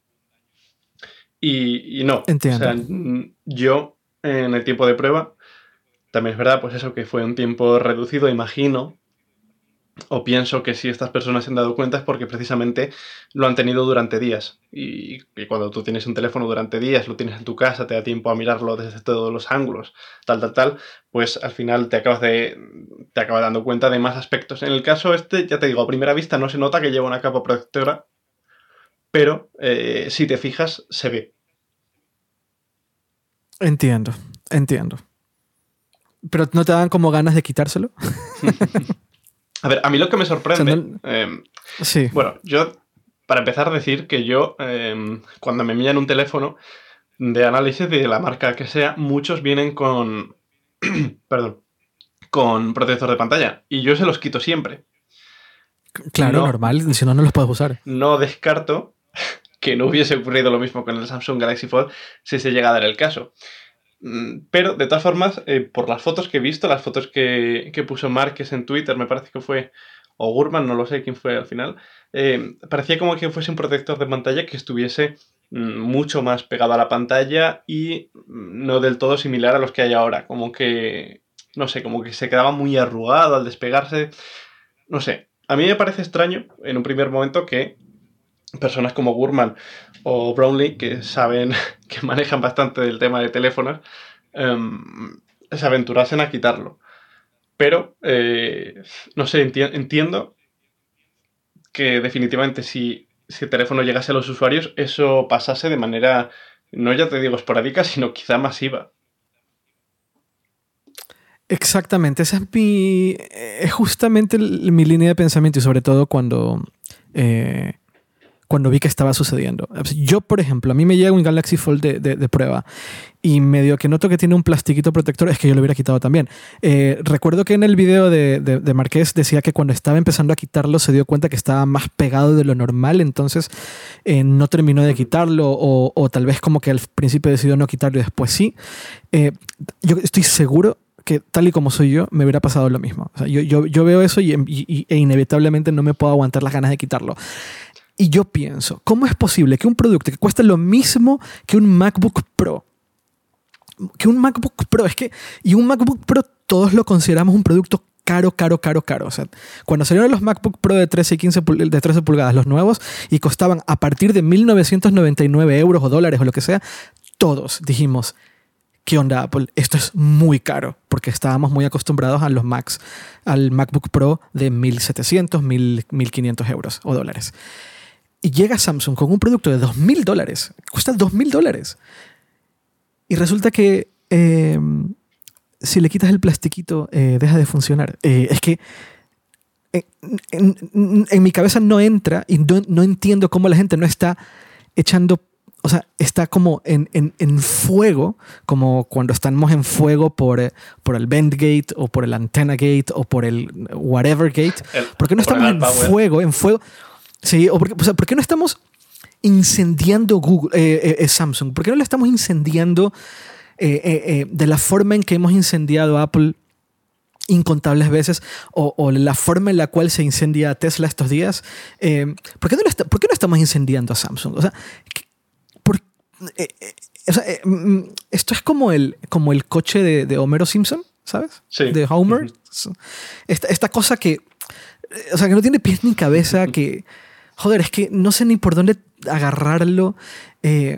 Y, y no, Entiendo. O sea, yo en el tiempo de prueba, también es verdad, pues eso, que fue un tiempo reducido, imagino, o pienso que si estas personas se han dado cuenta es porque precisamente lo han tenido durante días. Y, y cuando tú tienes un teléfono durante días, lo tienes en tu casa, te da tiempo a mirarlo desde todos los ángulos, tal, tal, tal, pues al final te acabas de te acabas dando cuenta de más aspectos. En el caso este, ya te digo, a primera vista no se nota que lleva una capa protectora, pero eh, si te fijas, se ve. Entiendo, entiendo. ¿Pero no te dan como ganas de quitárselo? A ver, a mí lo que me sorprende... O sea, no... eh, sí. Bueno, yo, para empezar, decir que yo, eh, cuando me envían un teléfono de análisis de la marca que sea, muchos vienen con... perdón. Con protector de pantalla. Y yo se los quito siempre. Claro, no, normal. Si no, no los puedes usar. No descarto que no hubiese ocurrido lo mismo con el Samsung Galaxy Fold si se llega a dar el caso. Pero, de todas formas, eh, por las fotos que he visto, las fotos que, que puso Márquez en Twitter, me parece que fue, o Gurman, no lo sé quién fue al final, eh, parecía como que fuese un protector de pantalla que estuviese mm, mucho más pegado a la pantalla y mm, no del todo similar a los que hay ahora. Como que, no sé, como que se quedaba muy arrugado al despegarse. No sé, a mí me parece extraño en un primer momento que personas como Gurman o Brownlee, que saben, que manejan bastante del tema de teléfonos, um, se aventurasen a quitarlo. Pero, eh, no sé, enti entiendo que definitivamente si, si el teléfono llegase a los usuarios, eso pasase de manera, no ya te digo esporádica, sino quizá masiva. Exactamente, esa es mi, es justamente mi línea de pensamiento y sobre todo cuando... Eh, cuando vi que estaba sucediendo. Yo, por ejemplo, a mí me llega un Galaxy Fold de, de, de prueba y medio que noto que tiene un plastiquito protector, es que yo lo hubiera quitado también. Eh, recuerdo que en el video de, de, de Marqués decía que cuando estaba empezando a quitarlo se dio cuenta que estaba más pegado de lo normal, entonces eh, no terminó de quitarlo o, o tal vez como que al principio decidió no quitarlo y después sí. Eh, yo estoy seguro que tal y como soy yo, me hubiera pasado lo mismo. O sea, yo, yo, yo veo eso y, y, e inevitablemente no me puedo aguantar las ganas de quitarlo. Y yo pienso, ¿cómo es posible que un producto que cuesta lo mismo que un MacBook Pro, que un MacBook Pro, es que, y un MacBook Pro todos lo consideramos un producto caro, caro, caro, caro. O sea, cuando salieron los MacBook Pro de trece y quince de trece pulgadas, los nuevos, y costaban a partir de mil novecientos noventa y nueve euros o dólares o lo que sea, todos dijimos, ¿qué onda Apple? Esto es muy caro, porque estábamos muy acostumbrados a los Macs, al MacBook Pro de mil setecientos, mil quinientos euros o dólares. Y llega Samsung con un producto de dos mil dólares. Cuesta dos mil dólares. Y resulta que eh, si le quitas el plastiquito, eh, deja de funcionar. Eh, es que eh, en, en, en mi cabeza no entra y no, no entiendo cómo la gente no está echando, o sea, está como en, en, en fuego, como cuando estamos en fuego por, eh, por el Bendgate o por el Antenna Gate o por el Whatever Gate. El, ¿Por qué no estamos en power. fuego, en fuego? Sí, o, porque, o sea, ¿por qué no estamos incendiando Google, eh, eh, Samsung? ¿Por qué no le estamos incendiando eh, eh, eh, de la forma en que hemos incendiado Apple incontables veces o, o la forma en la cual se incendia Tesla estos días? Eh, ¿por, qué no está, ¿Por qué no estamos incendiando a Samsung? O sea, por, eh, eh, o sea eh, esto es como el, como el coche de, de Homero Simpson, ¿sabes? Sí. De Homer. Uh-huh. Esta, esta cosa que, o sea, que no tiene pies ni cabeza, que... Joder, es que no sé ni por dónde agarrarlo. Eh,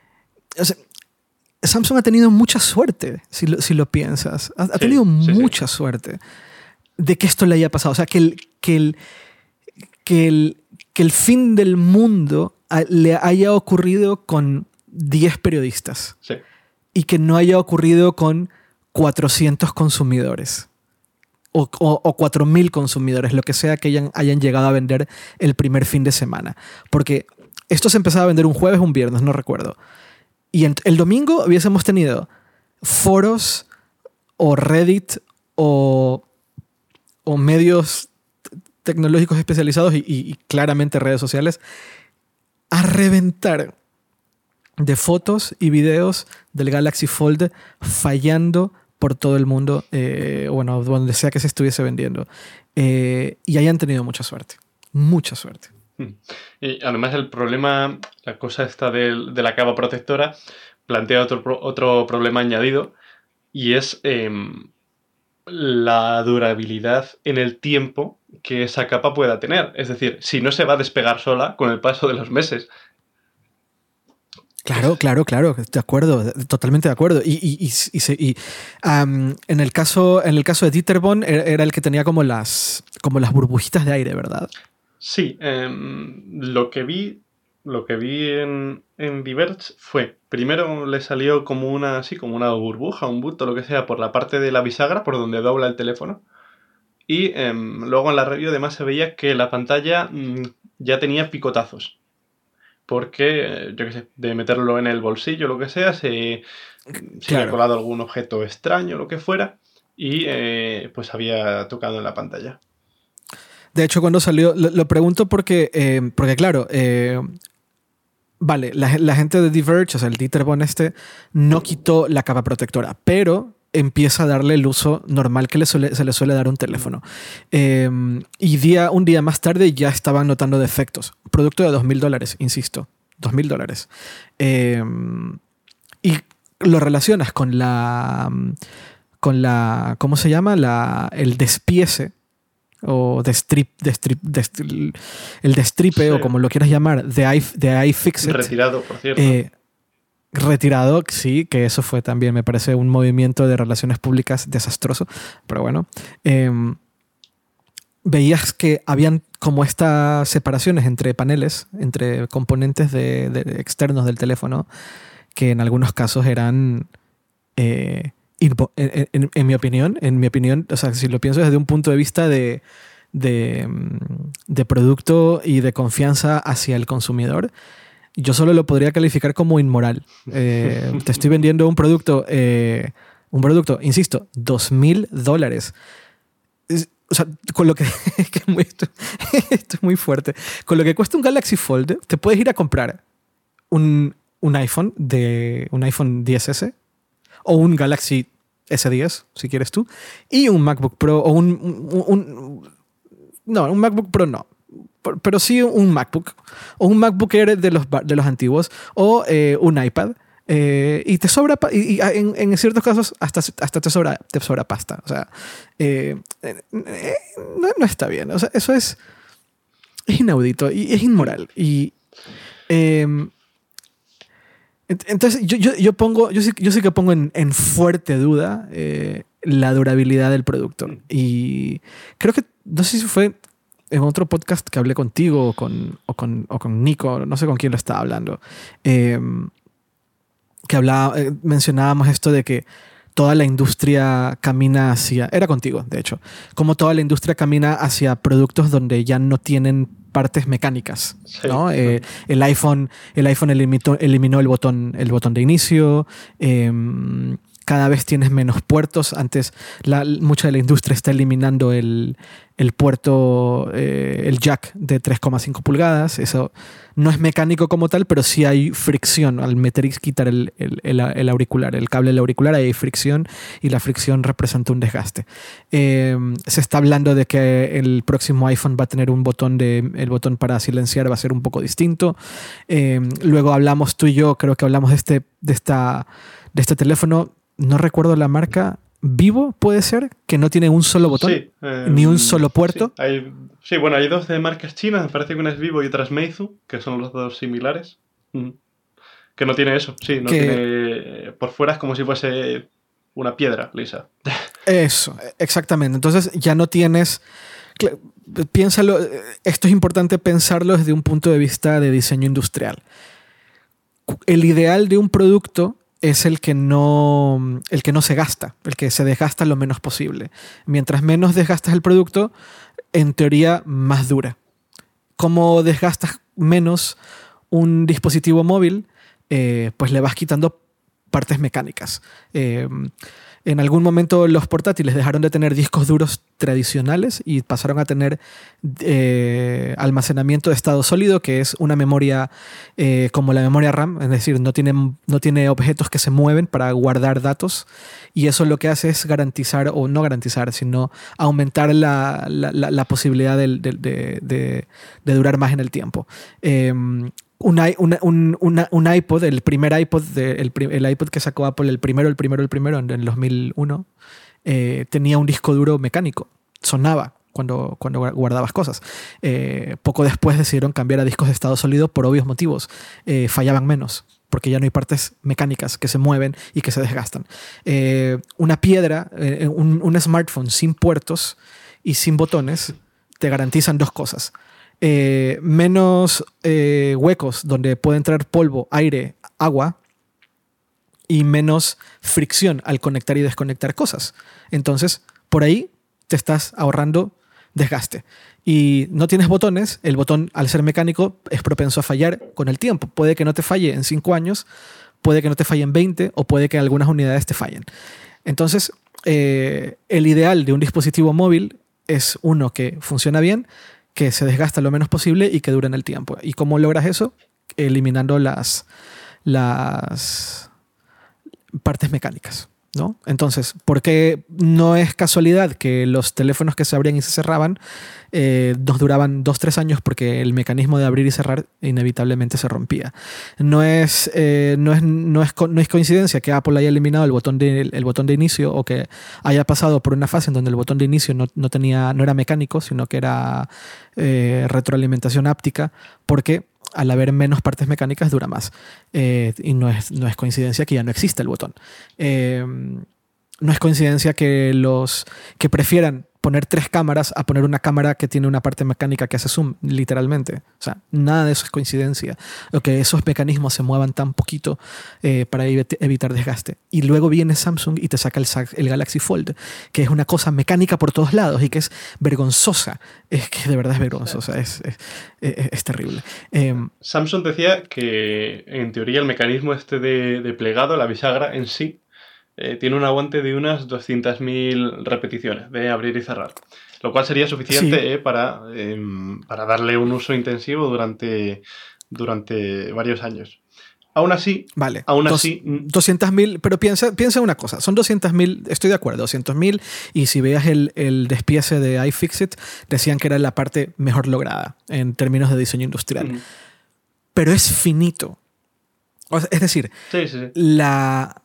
o sea, Samsung ha tenido mucha suerte, si lo, si lo piensas. Ha, ha tenido sí, sí, mucha sí. suerte de que esto le haya pasado. O sea, que el, que el, que el, que el fin del mundo le haya ocurrido con diez periodistas. Sí. Y que no haya ocurrido con cuatrocientos consumidores. O, o, o cuatro mil consumidores, lo que sea que hayan, hayan llegado a vender el primer fin de semana. Porque esto se empezaba a vender un jueves o un viernes, no recuerdo. Y en, el domingo hubiésemos tenido foros o Reddit o, o medios tecnológicos especializados y, y, y claramente redes sociales a reventar de fotos y videos del Galaxy Fold fallando por todo el mundo, eh, bueno, donde sea que se estuviese vendiendo. Eh, y hayan tenido mucha suerte. Mucha suerte. Y además el problema, la cosa esta de, de la capa protectora, plantea otro, otro problema añadido, y es eh, la durabilidad en el tiempo que esa capa pueda tener. Es decir, si no se va a despegar sola con el paso de los meses. Claro, claro, claro, de acuerdo, totalmente de acuerdo. Y, y, y, y, y um, en, el caso, en el caso de Dieterbon era el que tenía como las, como las burbujitas de aire, ¿verdad? Sí, eh, lo que vi, lo que vi en, en Diverge fue, primero le salió como una, así, como una burbuja, un bulto, lo que sea, por la parte de la bisagra, por donde dobla el teléfono. Y eh, luego en la review además se veía que la pantalla mmm, ya tenía picotazos. Porque, yo qué sé, de meterlo en el bolsillo, lo que sea, se, se claro. había colado algún objeto extraño, lo que fuera, y eh, pues había tocado en la pantalla. De hecho, cuando salió, lo, lo pregunto porque, eh, porque claro, eh, vale, la, la gente de Diverge, o sea, el Dieter Bohn este, no quitó la capa protectora, pero empieza a darle el uso normal que le suele, se le suele dar a un teléfono. Eh, y día, un día más tarde ya estaban notando defectos. Producto de dos mil dólares, insisto. dos mil dólares. Eh, y lo relacionas con la... con la... ¿cómo se llama? La, el despiece o destrip, destrip, destrip, el destripe, sí, o como lo quieras llamar, de, I, de iFixit. Retirado, por cierto. Eh, retirado, sí, que eso fue también, me parece, un movimiento de relaciones públicas desastroso, pero bueno. Eh, veías que habían como estas separaciones entre paneles, entre componentes de, de externos del teléfono, que en algunos casos eran... Eh, En, en, en mi opinión, en mi opinión, o sea, si lo pienso desde un punto de vista de, de, de producto y de confianza hacia el consumidor, yo solo lo podría calificar como inmoral. Eh, te estoy vendiendo un producto, eh, un producto, insisto, dos mil dólares. O sea, con lo que, es que muy, esto, esto es muy fuerte. Con lo que cuesta un Galaxy Fold, te puedes ir a comprar un, un iPhone de un iPhone diez ese o un Galaxy ese diez, si quieres tú, y un MacBook Pro, o un, un, un... No, un MacBook Pro no, pero sí un MacBook, o un MacBook Air de los, de los antiguos, o eh, un iPad, eh, y te sobra, y, y en, en ciertos casos hasta, hasta te, sobra, te sobra pasta. O sea, eh, eh, no, no está bien. O sea, eso es, es inaudito y es inmoral. Y... Eh, Entonces, yo, yo, yo, pongo, yo, sí, yo sí que pongo en, en fuerte duda eh, la durabilidad del producto. Y creo que, no sé si fue en otro podcast que hablé contigo o con, o con, o con Nico, no sé con quién lo estaba hablando, eh, que hablaba, eh, mencionábamos esto de que toda la industria camina hacia... Era contigo, de hecho. Como toda la industria camina hacia productos donde ya no tienen partes mecánicas, sí, ¿no? Eh, el iPhone, el iPhone eliminó, eliminó el botón, el botón de inicio. Eh, cada vez tienes menos puertos. Antes la, mucha de la industria está eliminando el, el puerto, eh, el jack de tres coma cinco pulgadas. Eso no es mecánico como tal, pero sí hay fricción al meter y quitar el, el, el, el auricular, el cable del auricular, hay fricción y la fricción representa un desgaste. Eh, se está hablando de que el próximo iPhone va a tener un botón, de, el botón para silenciar va a ser un poco distinto. Eh, luego hablamos tú y yo, creo que hablamos de este, de esta, de este teléfono, no recuerdo la marca, Vivo puede ser, que no tiene un solo botón, sí, eh, ni un solo puerto. Sí, hay, sí, bueno, hay dos de marcas chinas, me parece que una es Vivo y otra es Meizu, que son los dos similares. Mm. Que no tiene eso, sí, no que... tiene... Por fuera es como si fuese una piedra lisa. Eso, exactamente. Entonces ya no tienes... Piénsalo, esto es importante pensarlo desde un punto de vista de diseño industrial. El ideal de un producto es el que no, el que no se gasta, el que se desgasta lo menos posible. Mientras menos desgastas el producto, en teoría más dura. Como desgastas menos un dispositivo móvil, eh, pues le vas quitando partes mecánicas. Eh, en algún momento los portátiles dejaron de tener discos duros tradicionales y pasaron a tener eh, almacenamiento de estado sólido, que es una memoria eh, como la memoria RAM, es decir, no tiene, no tiene objetos que se mueven para guardar datos, y eso lo que hace es garantizar, o no garantizar, sino aumentar la, la, la, la posibilidad de, de, de, de, de durar más en el tiempo. Eh, Un, un, un, un, un iPod, el primer iPod, de, el, el iPod que sacó Apple, el primero, el primero, el primero, en el dos mil uno, eh, tenía un disco duro mecánico. Sonaba cuando, cuando guardabas cosas. Eh, poco después decidieron cambiar a discos de estado sólido por obvios motivos. Eh, fallaban menos, porque ya no hay partes mecánicas que se mueven y que se desgastan. Eh, una piedra, eh, un, un smartphone sin puertos y sin botones, te garantizan dos cosas. Eh, menos eh, huecos donde puede entrar polvo, aire, agua, y menos fricción al conectar y desconectar cosas. Entonces, por ahí te estás ahorrando desgaste. Y no tienes botones, el botón, al ser mecánico, es propenso a fallar con el tiempo. Puede que no te falle en cinco años, puede que no te falle en veinte, o puede que algunas unidades te fallen. Entonces, eh, el ideal de un dispositivo móvil es uno que funciona bien, que se desgasta lo menos posible y que dure en el tiempo. ¿Y cómo logras eso? eliminando las, las partes mecánicas, ¿no? Entonces, ¿por qué no es casualidad que los teléfonos que se abrían y se cerraban eh, nos duraban dos, tres años? Porque el mecanismo de abrir y cerrar inevitablemente se rompía. No es, eh, no es, no es, co- no es coincidencia que Apple haya eliminado el botón de, el botón de inicio, o que haya pasado por una fase en donde el botón de inicio no, no, tenía, no era mecánico, sino que era eh, retroalimentación áptica, porque al haber menos partes mecánicas dura más. Eh, y no es, no es coincidencia que ya no existe el botón. Eh, no es coincidencia que los que prefieran poner tres cámaras a poner una cámara que tiene una parte mecánica que hace zoom, literalmente. O sea, nada de eso es coincidencia. O que esos mecanismos se muevan tan poquito eh, para evi- evitar desgaste. Y luego viene Samsung y te saca el, sa- el Galaxy Fold, que es una cosa mecánica por todos lados y que es vergonzosa. Es que de verdad es vergonzosa. Es, es, es, es terrible. Eh, Samsung decía que en teoría el mecanismo este de, de plegado, la bisagra en sí, eh, tiene un aguante de unas doscientas mil repeticiones de abrir y cerrar, lo cual sería suficiente sí, eh, para, eh, para darle un uso intensivo durante, durante varios años. Aún así, vale. aún Dos, así, mm, doscientas mil, pero piensa, piensa una cosa, son doscientas mil, estoy de acuerdo, doscientos mil, y si veas el, el despiece de iFixit, decían que era la parte mejor lograda en términos de diseño industrial. mm, Pero es finito. O sea, es decir, sí, sí, sí. la,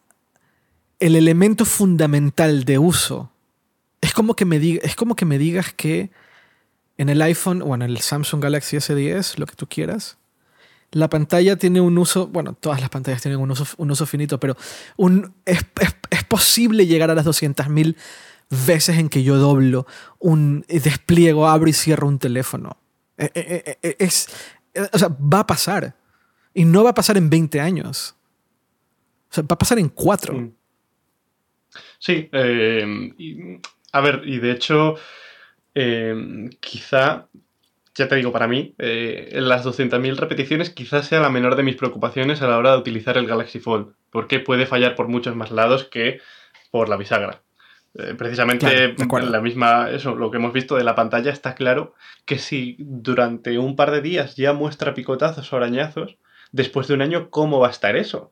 el elemento fundamental de uso es como, que me diga, es como que me digas que en el iPhone o en el Samsung Galaxy S diez, lo que tú quieras, la pantalla tiene un uso, bueno, todas las pantallas tienen un uso, un uso finito, pero un, es, es, es posible llegar a las doscientas mil veces en que yo doblo un despliego, abro y cierro un teléfono. Eh, eh, eh, Es, eh, o sea, va a pasar. Y no va a pasar en veinte años. O sea, va a pasar en cuatro. Mm. Sí, eh, y, a ver, y de hecho, eh, quizá, ya te digo, para mí, eh, en las doscientas mil repeticiones quizás sea la menor de mis preocupaciones a la hora de utilizar el Galaxy Fold, porque puede fallar por muchos más lados que por la bisagra. Eh, Claro, precisamente de en acuerdo. la misma, eso, lo que hemos visto de la pantalla, está claro que si durante un par de días ya muestra picotazos o arañazos, después de un año, ¿cómo va a estar eso?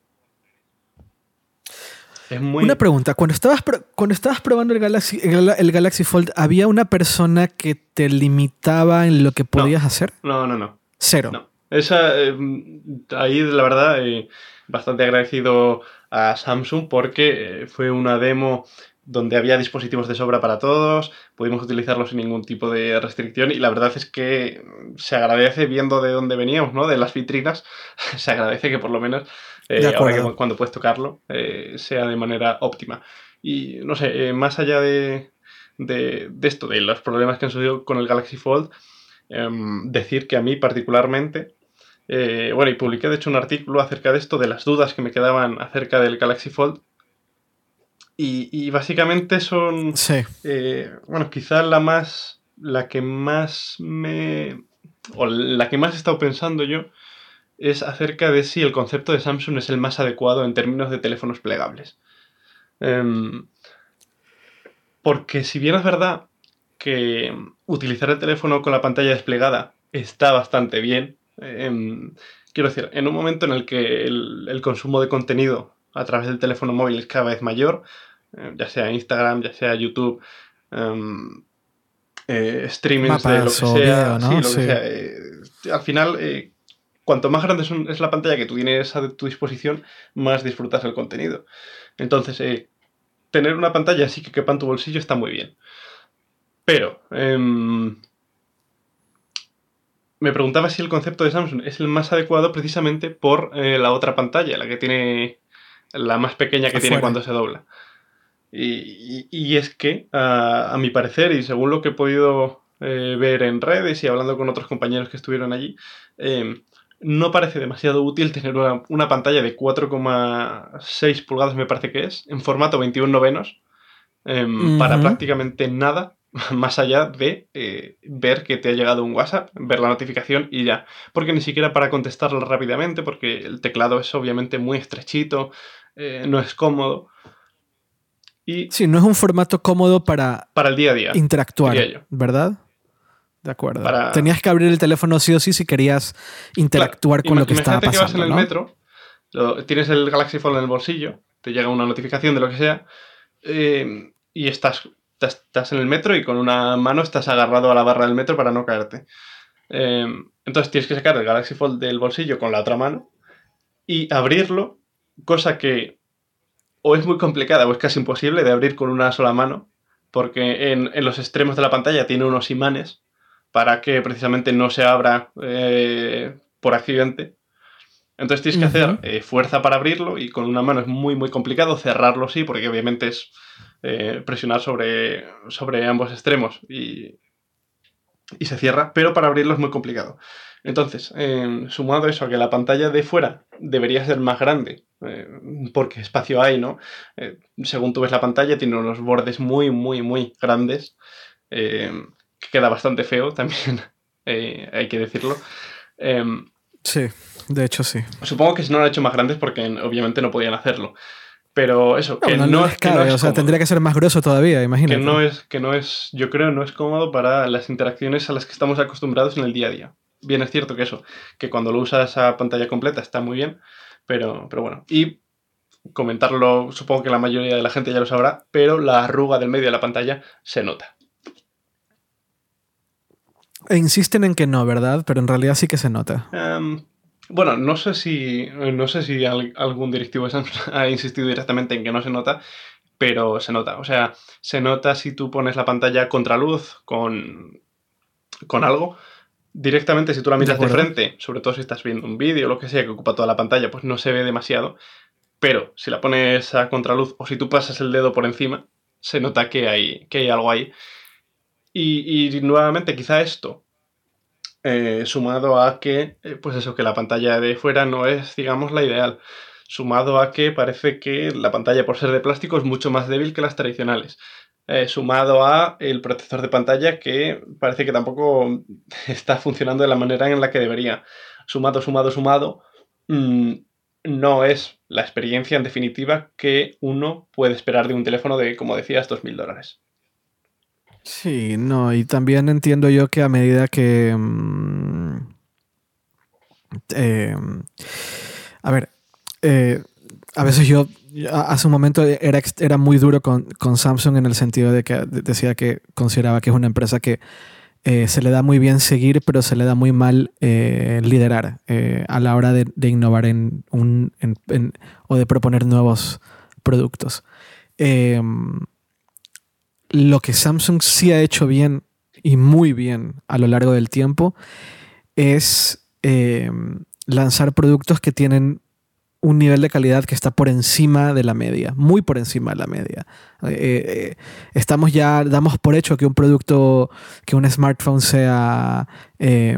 Es Una muy... pregunta. Cuando estabas, pr- cuando estabas probando el Galaxy, el, Gala- el Galaxy Fold, ¿había una persona que te limitaba en lo que No, podías hacer? no, no, no. Cero. No. Esa, eh, ahí la verdad, eh, bastante agradecido a Samsung porque eh, fue una demo donde había dispositivos de sobra para todos, pudimos utilizarlos sin ningún tipo de restricción y la verdad es que se agradece viendo de dónde veníamos, ¿no? De las vitrinas, se agradece que por lo menos De eh, ahora que acuerdo. cuando puedes tocarlo eh, sea de manera óptima. Y no sé, eh, más allá de, de, de esto, de los problemas que han sucedido con el Galaxy Fold, em, decir que a mí particularmente, eh, bueno, y publiqué de hecho un artículo acerca de esto, de las dudas que me quedaban acerca del Galaxy Fold, y, y básicamente son, Sí. eh, bueno, quizá la más, la que más me, o la que más he estado pensando yo, es acerca de si el concepto de Samsung es el más adecuado en términos de teléfonos plegables. Em, porque si bien es verdad que utilizar el teléfono con la pantalla desplegada está bastante bien, em, quiero decir, en un momento en el que el, el consumo de contenido a través del teléfono móvil es cada vez mayor, eh, ya sea Instagram, ya sea YouTube, em, eh, streamings de lo Mapas que o sea, video, sí, ¿no? lo que Sí. sea, eh, al final, eh, cuanto más grande es, un- es la pantalla que tú tienes a tu disposición, más disfrutas el contenido. Entonces, eh, tener una pantalla así que quepa en tu bolsillo está muy bien. Pero, em, me preguntaba si el concepto de Samsung es el más adecuado precisamente por eh, la otra pantalla, la que tiene, la más pequeña que tiene Afuera. cuando se dobla. Y, y- y es que, a, a mi parecer, y según lo que he podido eh, ver en redes y hablando con otros compañeros que estuvieron allí, em, no parece demasiado útil tener una, una pantalla de cuatro coma seis pulgadas, me parece que es, en formato veintiuno novenos, em, para Ujú. prácticamente nada, más allá de eh, ver que te ha llegado un WhatsApp, ver la notificación y ya. Porque ni siquiera para contestarlo rápidamente, porque el teclado es obviamente muy estrechito, eh, no es cómodo. Y Sí, no es un formato cómodo para para el día a día, diría interactuar, yo. ¿verdad? de acuerdo. Para... Tenías que abrir el teléfono sí o sí si querías interactuar claro, con lo que estaba pasando. Imagínate que vas en el ¿no? metro, lo, tienes el Galaxy Fold en el bolsillo, te llega una notificación de lo que sea, eh, y estás, estás en el metro y con una mano estás agarrado a la barra del metro para no caerte. Eh, entonces tienes que sacar el Galaxy Fold del bolsillo con la otra mano y abrirlo, cosa que o es muy complicada o es casi imposible de abrir con una sola mano, porque en, en los extremos de la pantalla tiene unos imanes para que precisamente no se abra eh, por accidente. Entonces tienes que uh-huh. hacer eh, fuerza para abrirlo y con una mano es muy muy complicado, cerrarlo sí, porque obviamente es eh, presionar sobre, sobre ambos extremos y, y se cierra, pero para abrirlo es muy complicado. Entonces, eh, sumado eso a que la pantalla de fuera debería ser más grande, eh, porque espacio hay, ¿no? Eh, según tú ves la pantalla, tiene unos bordes muy, muy, muy grandes, eh, que queda bastante feo también, eh, hay que decirlo. Eh, sí, de hecho sí. Supongo que si no lo han hecho más grandes porque obviamente no podían hacerlo. Pero eso, no, que, no, no, no les cabe, que no es o sea, cómodo. Tendría que ser más grueso todavía, imagínate. Que no es, que no es, yo creo, no es cómodo para las interacciones a las que estamos acostumbrados en el día a día. Bien, es cierto que eso, que cuando lo usas a pantalla completa está muy bien, pero, pero bueno. Y comentarlo, supongo que la mayoría de la gente ya lo sabrá, pero la arruga del medio de la pantalla se nota. E insisten en que no, ¿verdad? Pero en realidad sí que se nota. Um, bueno, no sé si, no sé si algún directivo ha insistido directamente en que no se nota, pero se nota. O sea, se nota si tú pones la pantalla contraluz con, con algo. Directamente, si tú la miras de, de frente, sobre todo si estás viendo un vídeo o lo que sea que ocupa toda la pantalla, pues no se ve demasiado. Pero si la pones a contraluz o si tú pasas el dedo por encima, se nota que hay, que hay algo ahí. Y, y nuevamente, quizá esto, eh, sumado a que, eh, pues eso, que la pantalla de fuera no es, digamos, la ideal. Sumado a que parece que la pantalla, por ser de plástico, es mucho más débil que las tradicionales. Eh, sumado a el protector de pantalla, que parece que tampoco está funcionando de la manera en la que debería. Sumado, sumado, sumado, mmm, no es la experiencia, en definitiva, que uno puede esperar de un teléfono de, como decías, dos mil dólares. Sí, no, y también entiendo yo que a medida que... Mmm, eh, a ver, eh, a veces yo, hace un momento era, era muy duro con, con Samsung en el sentido de que decía que consideraba que es una empresa que eh, se le da muy bien seguir, pero se le da muy mal eh, liderar eh, a la hora de, de innovar en un, en, en, o de proponer nuevos productos. Eh, lo que Samsung sí ha hecho bien y muy bien a lo largo del tiempo es eh, lanzar productos que tienen un nivel de calidad que está por encima de la media, muy por encima de la media. Eh, eh, estamos ya, damos por hecho que un producto, que un smartphone sea, eh,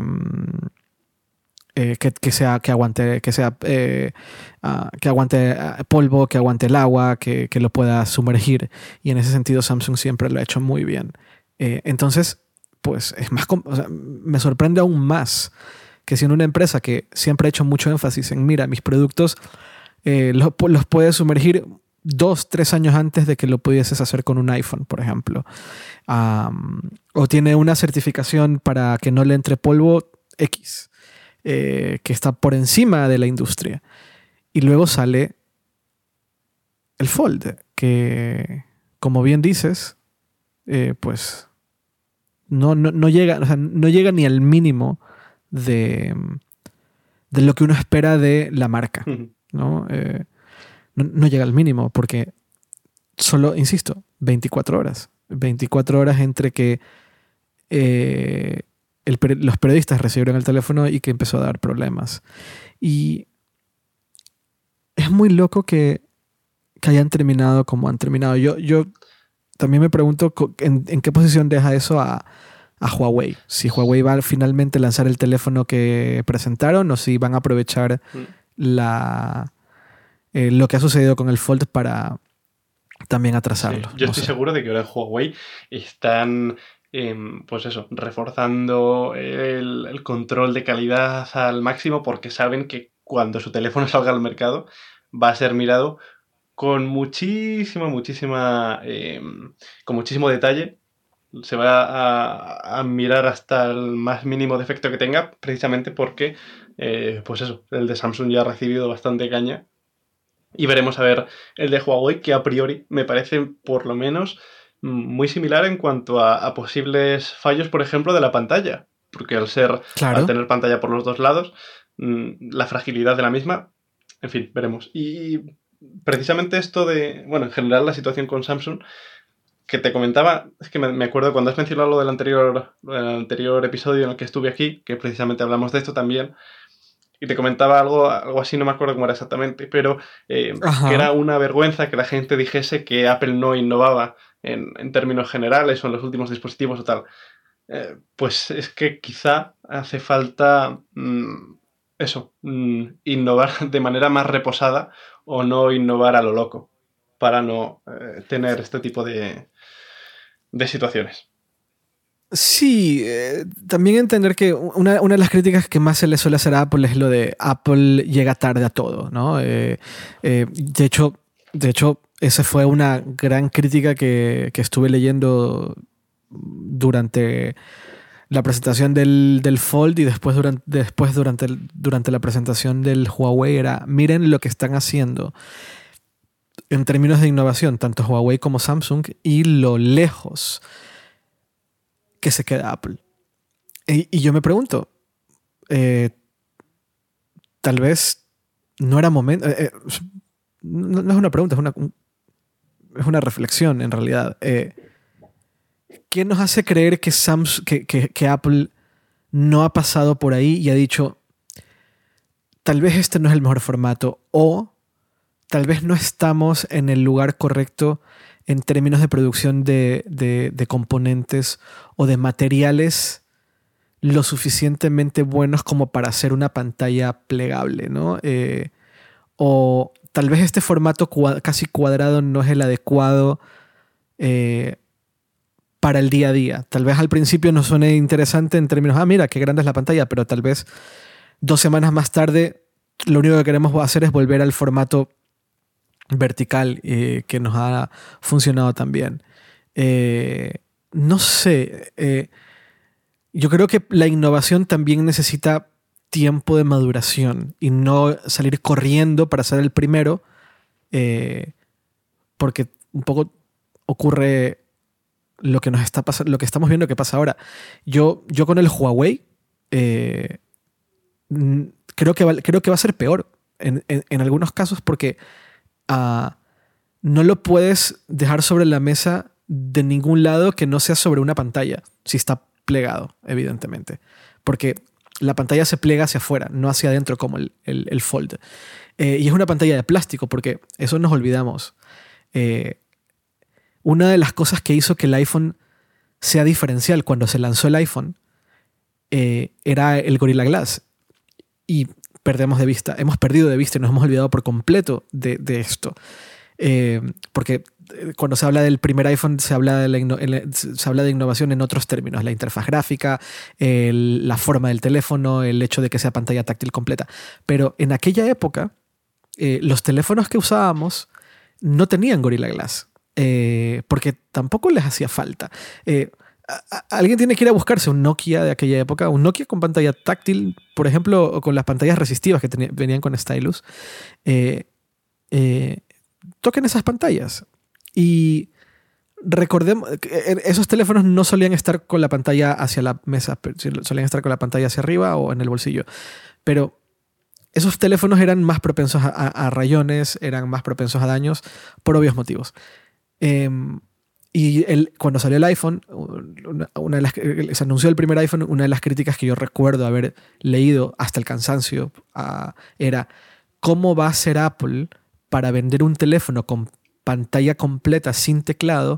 eh, que, que sea, que aguante, que sea, eh, uh, que aguante polvo, que aguante el agua, que, que lo pueda sumergir. Y en ese sentido Samsung siempre lo ha hecho muy bien. Eh, entonces, pues es más, o sea, me sorprende aún más que siendo una empresa que siempre ha hecho mucho énfasis en, mira, mis productos eh, los, los puedes sumergir dos, tres años antes de que lo pudieses hacer con un iPhone, por ejemplo. Um, o tiene una certificación para que no le entre polvo X, eh, que está por encima de la industria. Y luego sale el Fold, que, como bien dices, eh, pues no, no, no, llega, o sea, no llega ni al mínimo de, de lo que uno espera de la marca, ¿no? Eh, no, no llega al mínimo porque solo, insisto, veinticuatro horas. veinticuatro horas entre que eh, el, los periodistas recibieron el teléfono y que empezó a dar problemas. Y es muy loco que, que hayan terminado como han terminado. Yo, yo también me pregunto en, en qué posición deja eso a a Huawei. Si Huawei va a finalmente lanzar el teléfono que presentaron o si van a aprovechar mm. la, eh, lo que ha sucedido con el Fold para también atrasarlo. Sí, yo no estoy sé. seguro de que ahora en Huawei están, eh, pues eso, reforzando el, el control de calidad al máximo porque saben que cuando su teléfono salga al mercado va a ser mirado con muchísima, muchísima, eh, con muchísimo detalle se va a, a mirar hasta el más mínimo defecto que tenga, precisamente porque, eh, pues eso, el de Samsung ya ha recibido bastante caña. Y veremos a ver el de Huawei, que a priori me parece por lo menos muy similar en cuanto a, a posibles fallos, por ejemplo, de la pantalla. Porque al ser, Claro. al tener pantalla por los dos lados, mmm, la fragilidad de la misma, en fin, veremos. Y precisamente esto de, bueno, en general la situación con Samsung, que te comentaba, es que me, me acuerdo cuando has mencionado lo del anterior, lo del anterior episodio en el que estuve aquí, que precisamente hablamos de esto también, y te comentaba algo, algo así, no me acuerdo cómo era exactamente, pero eh, que era una vergüenza que la gente dijese que Apple no innovaba en, en términos generales o en los últimos dispositivos o tal. Eh, pues es que quizá hace falta mmm, eso, mmm, innovar de manera más reposada o no innovar a lo loco para no eh, tener este tipo de, de situaciones. Sí, eh, también entender que una, una de las críticas que más se le suele hacer a Apple es lo de Apple llega tarde a todo, ¿no? Eh, eh, de hecho, de hecho, esa fue una gran crítica que, que estuve leyendo durante la presentación del, del Fold y después, durante, después durante, el, durante la presentación del Huawei era, miren lo que están haciendo en términos de innovación, tanto Huawei como Samsung, y lo lejos que se queda Apple. Y, y yo me pregunto, eh, tal vez no era momento... Eh, eh, no, no es una pregunta, es una, es una reflexión en realidad. Eh, ¿Qué nos hace creer que, Samsung, que, que, que Apple no ha pasado por ahí y ha dicho, tal vez este no es el mejor formato o tal vez no estamos en el lugar correcto en términos de producción de, de, de componentes o de materiales lo suficientemente buenos como para hacer una pantalla plegable, ¿no? Eh, o tal vez este formato cuad- casi cuadrado no es el adecuado eh, para el día a día. Tal vez al principio nos suene interesante en términos, ah, mira, qué grande es la pantalla, pero tal vez dos semanas más tarde lo único que queremos hacer es volver al formato vertical eh, que nos ha funcionado tan bien. Eh, no sé. Eh, yo creo que la innovación también necesita tiempo de maduración y no salir corriendo para ser el primero, eh, porque un poco ocurre lo que nos está pasando, lo que estamos viendo que pasa ahora. Yo, yo con el Huawei eh, creo, que va, creo que va a ser peor en, en, en algunos casos porque uh, no lo puedes dejar sobre la mesa de ningún lado que no sea sobre una pantalla, si está plegado, evidentemente. Porque la pantalla se plega hacia afuera, no hacia adentro como el, el, el Fold. Eh, y es una pantalla de plástico, porque eso nos olvidamos. Eh, una de las cosas que hizo que el iPhone sea diferencial cuando se lanzó el iPhone eh, era el Gorilla Glass. Y perdemos de vista, hemos perdido de vista y nos hemos olvidado por completo de, de esto. Eh, porque cuando se habla del primer iPhone se habla de, la se habla de innovación en otros términos, la interfaz gráfica, el, la forma del teléfono, el hecho de que sea pantalla táctil completa. Pero en aquella época eh, los teléfonos que usábamos no tenían Gorilla Glass eh, porque tampoco les hacía falta. Eh, a, a, alguien tiene que ir a buscarse un Nokia de aquella época, un Nokia con pantalla táctil, por ejemplo, o con las pantallas resistivas que tenía, venían con stylus. Eh, eh, toquen esas pantallas y recordemos que esos teléfonos no solían estar con la pantalla hacia la mesa, solían estar con la pantalla hacia arriba o en el bolsillo, pero esos teléfonos eran más propensos a, a, a rayones, eran más propensos a daños por obvios motivos. Eh, y el, cuando salió el iPhone, una, una de las, se anunció el primer iPhone, una de las críticas que yo recuerdo haber leído hasta el cansancio uh, era ¿cómo va a ser Apple para vender un teléfono con pantalla completa sin teclado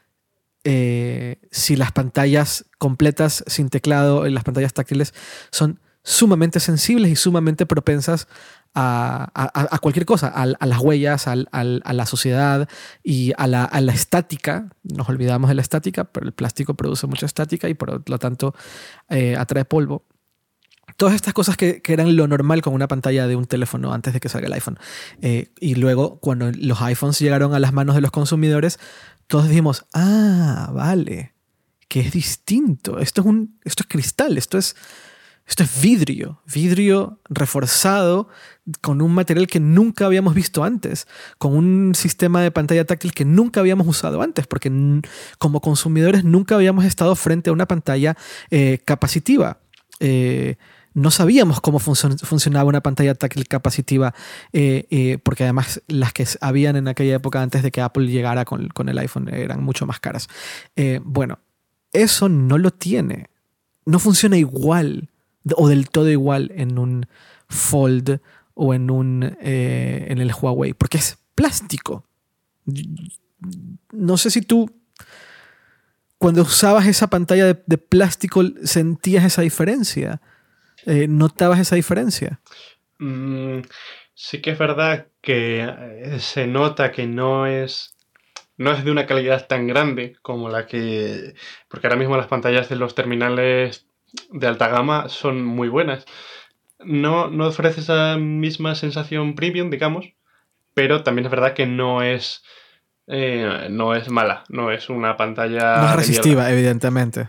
eh, si las pantallas completas sin teclado y las pantallas táctiles son sumamente sensibles y sumamente propensas a, a, a cualquier cosa, a, a las huellas, a, a, a la sociedad y a la, a la estática. Nos olvidamos de la estática, pero el plástico produce mucha estática y por lo tanto eh, atrae polvo. Todas estas cosas que, que eran lo normal con una pantalla de un teléfono antes de que salga el iPhone. Eh, y luego, cuando los iPhones llegaron a las manos de los consumidores, todos dijimos, ah, vale, que es distinto. Esto es, un, esto es cristal, esto es, esto es vidrio, vidrio reforzado con un material que nunca habíamos visto antes, con un sistema de pantalla táctil que nunca habíamos usado antes, porque n- como consumidores nunca habíamos estado frente a una pantalla eh, capacitiva. Eh, no sabíamos cómo funcion- funcionaba una pantalla táctil capacitiva, eh, eh, porque además las que s- habían en aquella época antes de que Apple llegara con, con el iPhone eran mucho más caras. Eh, bueno, eso no lo tiene. No funciona igual de- o del todo igual en un Fold o en un eh, en el Huawei, porque es plástico. No sé si tú cuando usabas esa pantalla de, de plástico sentías esa diferencia, eh, notabas esa diferencia. Mm, sí que es verdad que eh, se nota que no es, no es de una calidad tan grande como la que... Porque ahora mismo las pantallas de los terminales de alta gama son muy buenas. No, no ofrece esa misma sensación premium, digamos, pero también es verdad que no es, eh, no es mala, no es una No es pantalla de mierda. resistiva, evidentemente.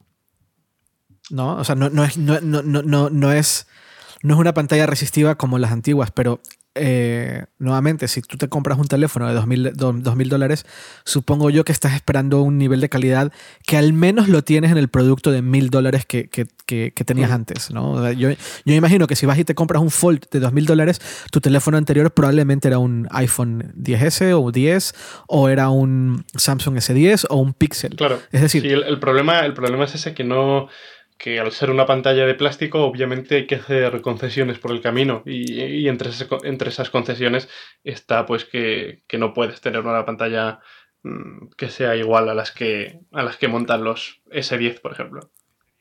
¿No? O sea, no, no es, no, no, no, no, no es, no es una pantalla resistiva como las antiguas, pero eh, nuevamente, si tú te compras un teléfono de dos mil do- dos mil dólares, supongo yo que estás esperando un nivel de calidad que al menos lo tienes en el producto de mil dólares que, que, que, que tenías Mm, antes, ¿no? O sea, yo, yo imagino que si vas y te compras un Fold de dos mil dólares, tu teléfono anterior probablemente era un iPhone diez ese o diez, o era un Samsung ese diez o un Pixel. claro, Es sí, decir, el, el problema, el problema es ese que no, que al ser una pantalla de plástico, obviamente hay que hacer concesiones por el camino y, y entre, ese co- entre esas concesiones está pues que, que no puedes tener una pantalla mm, que sea igual a las que, a las que montan los ese diez, por ejemplo.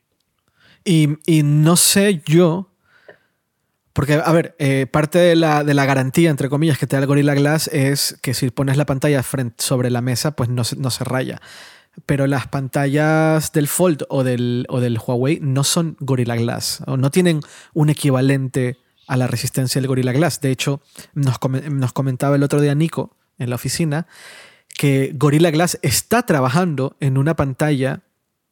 y, y no sé yo. Porque, a ver, eh, parte de la, de la garantía, entre comillas, que te da el Gorilla Glass es que si pones la pantalla frente, sobre la mesa, pues no se, no se raya. Pero las pantallas del Fold o del, o del Huawei no son Gorilla Glass, o no tienen un equivalente a la resistencia del Gorilla Glass. De hecho, nos, come- nos comentaba el otro día Nico en la oficina que Gorilla Glass está trabajando en una pantalla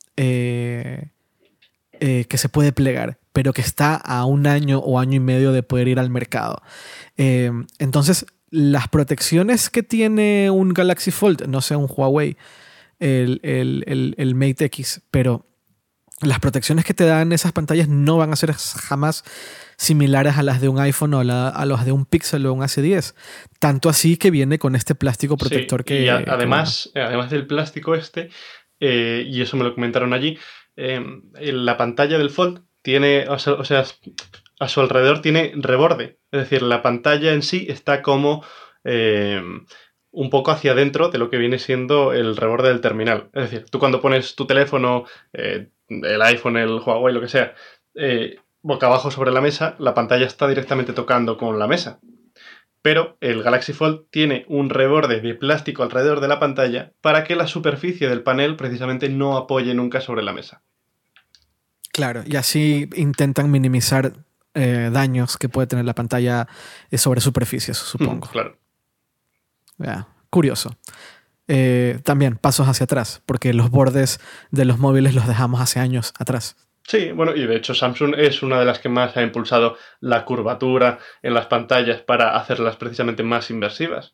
eh, eh, que se puede plegar, pero que está a un año o año y medio de poder ir al mercado. Eh, entonces, las protecciones que tiene un Galaxy Fold, no sé, un Huawei, el, el, el, el Mate X, pero las protecciones que te dan esas pantallas no van a ser jamás similares a las de un iPhone o la, a las de un Pixel o un A C diez. Tanto así que viene con este plástico Sí, protector y a- que, que bueno. además, eh, además del plástico este, eh, y eso me lo comentaron allí, eh, en la pantalla del Fold tiene, o sea, o sea, a su alrededor tiene reborde. Es decir, la pantalla en sí está como eh, un poco hacia adentro de lo que viene siendo el reborde del terminal. Es decir, tú cuando pones tu teléfono, eh, el iPhone, el Huawei, lo que sea, eh, boca abajo sobre la mesa, la pantalla está directamente tocando con la mesa. Pero el Galaxy Fold tiene un reborde de plástico alrededor de la pantalla para que la superficie del panel precisamente no apoye nunca sobre la mesa. Claro, y así intentan minimizar eh, daños que puede tener la pantalla eh, sobre superficies, supongo. Claro. Ya, curioso. Eh, también pasos hacia atrás, porque los bordes de los móviles los dejamos hace años atrás. Sí, bueno, y de hecho Samsung es una de las que más ha impulsado la curvatura en las pantallas para hacerlas precisamente más inversivas.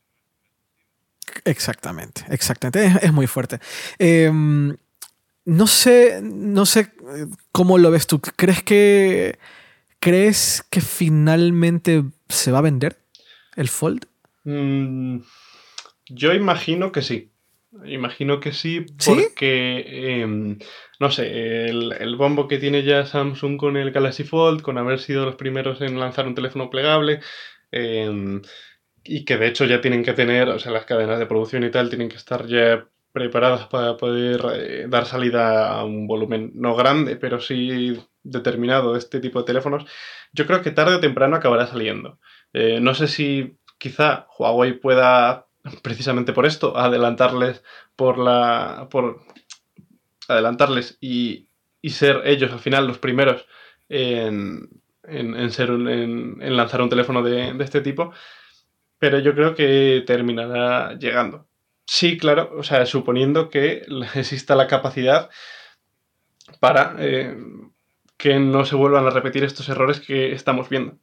Exactamente, exactamente. Es, es muy fuerte. Eh, no sé, no sé eh, cómo lo ves tú. ¿Crees que, crees que finalmente se va a vender el Fold? Mm, yo imagino que sí. Imagino que sí, ¿Sí? porque, em, no sé, el, el bombo que tiene ya Samsung con el Galaxy Fold, con haber sido los primeros en lanzar un teléfono plegable, em, y que de hecho ya tienen que tener, o sea, las cadenas de producción y tal, tienen que estar ya preparadas para poder eh, dar salida a un volumen no grande, pero sí determinado de este tipo de teléfonos. Yo creo que tarde o temprano acabará saliendo. Eh, no sé si quizá Huawei pueda, precisamente por esto, adelantarles por la. por adelantarles y, y ser ellos al final los primeros en, en, en ser un- en, en lanzar un teléfono de, de este tipo, pero yo creo que terminará llegando. Sí, claro, o sea, suponiendo que exista la capacidad para eh, que no se vuelvan a repetir estos errores que estamos viendo.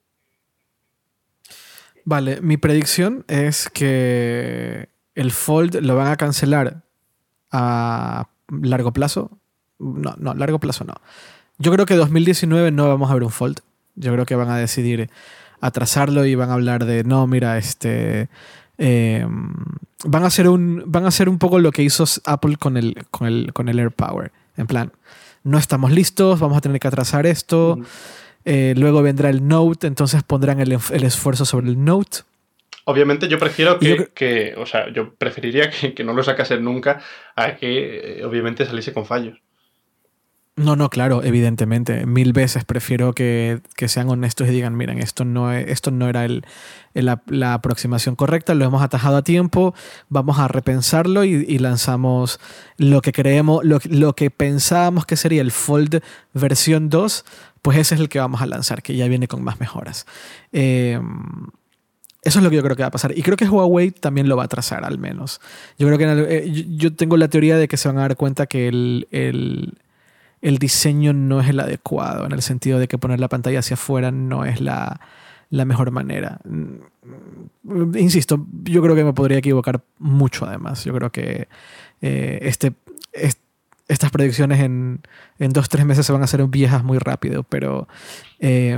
Vale, mi predicción es que el Fold lo van a cancelar a largo plazo. No, no, largo plazo no. Yo creo que dos mil diecinueve no vamos a ver un Fold. Yo creo que van a decidir atrasarlo y van a hablar de, no, mira, este... eh, van, a hacer un, van a hacer un poco lo que hizo Apple con el, con el, con el AirPower. En plan, no estamos listos, vamos a tener que atrasar esto. Mm. Eh, luego vendrá el Note, entonces pondrán el, el esfuerzo sobre el Note. Obviamente yo prefiero que, yo, que, o sea, yo preferiría que, que no lo sacasen nunca a que eh, obviamente saliese con fallos. No, no, claro, evidentemente. Mil veces prefiero que, que sean honestos y digan, miren, esto no, es, esto no era el, el, la, la aproximación correcta, lo hemos atajado a tiempo, vamos a repensarlo y, y lanzamos lo que creemos, lo, lo que pensábamos que sería el Fold versión dos, pues ese es el que vamos a lanzar, que ya viene con más mejoras. Eh, Eso es lo que yo creo que va a pasar. Y creo que Huawei también lo va a trazar, al menos. Yo creo que el, eh, yo, yo tengo la teoría de que se van a dar cuenta que el, el, el diseño no es el adecuado, en el sentido de que poner la pantalla hacia afuera no es la, la mejor manera. Insisto, yo creo que me podría equivocar mucho, además. Yo creo que eh, este, es, estas predicciones en, en dos o tres meses se van a hacer viejas muy rápido, pero, eh,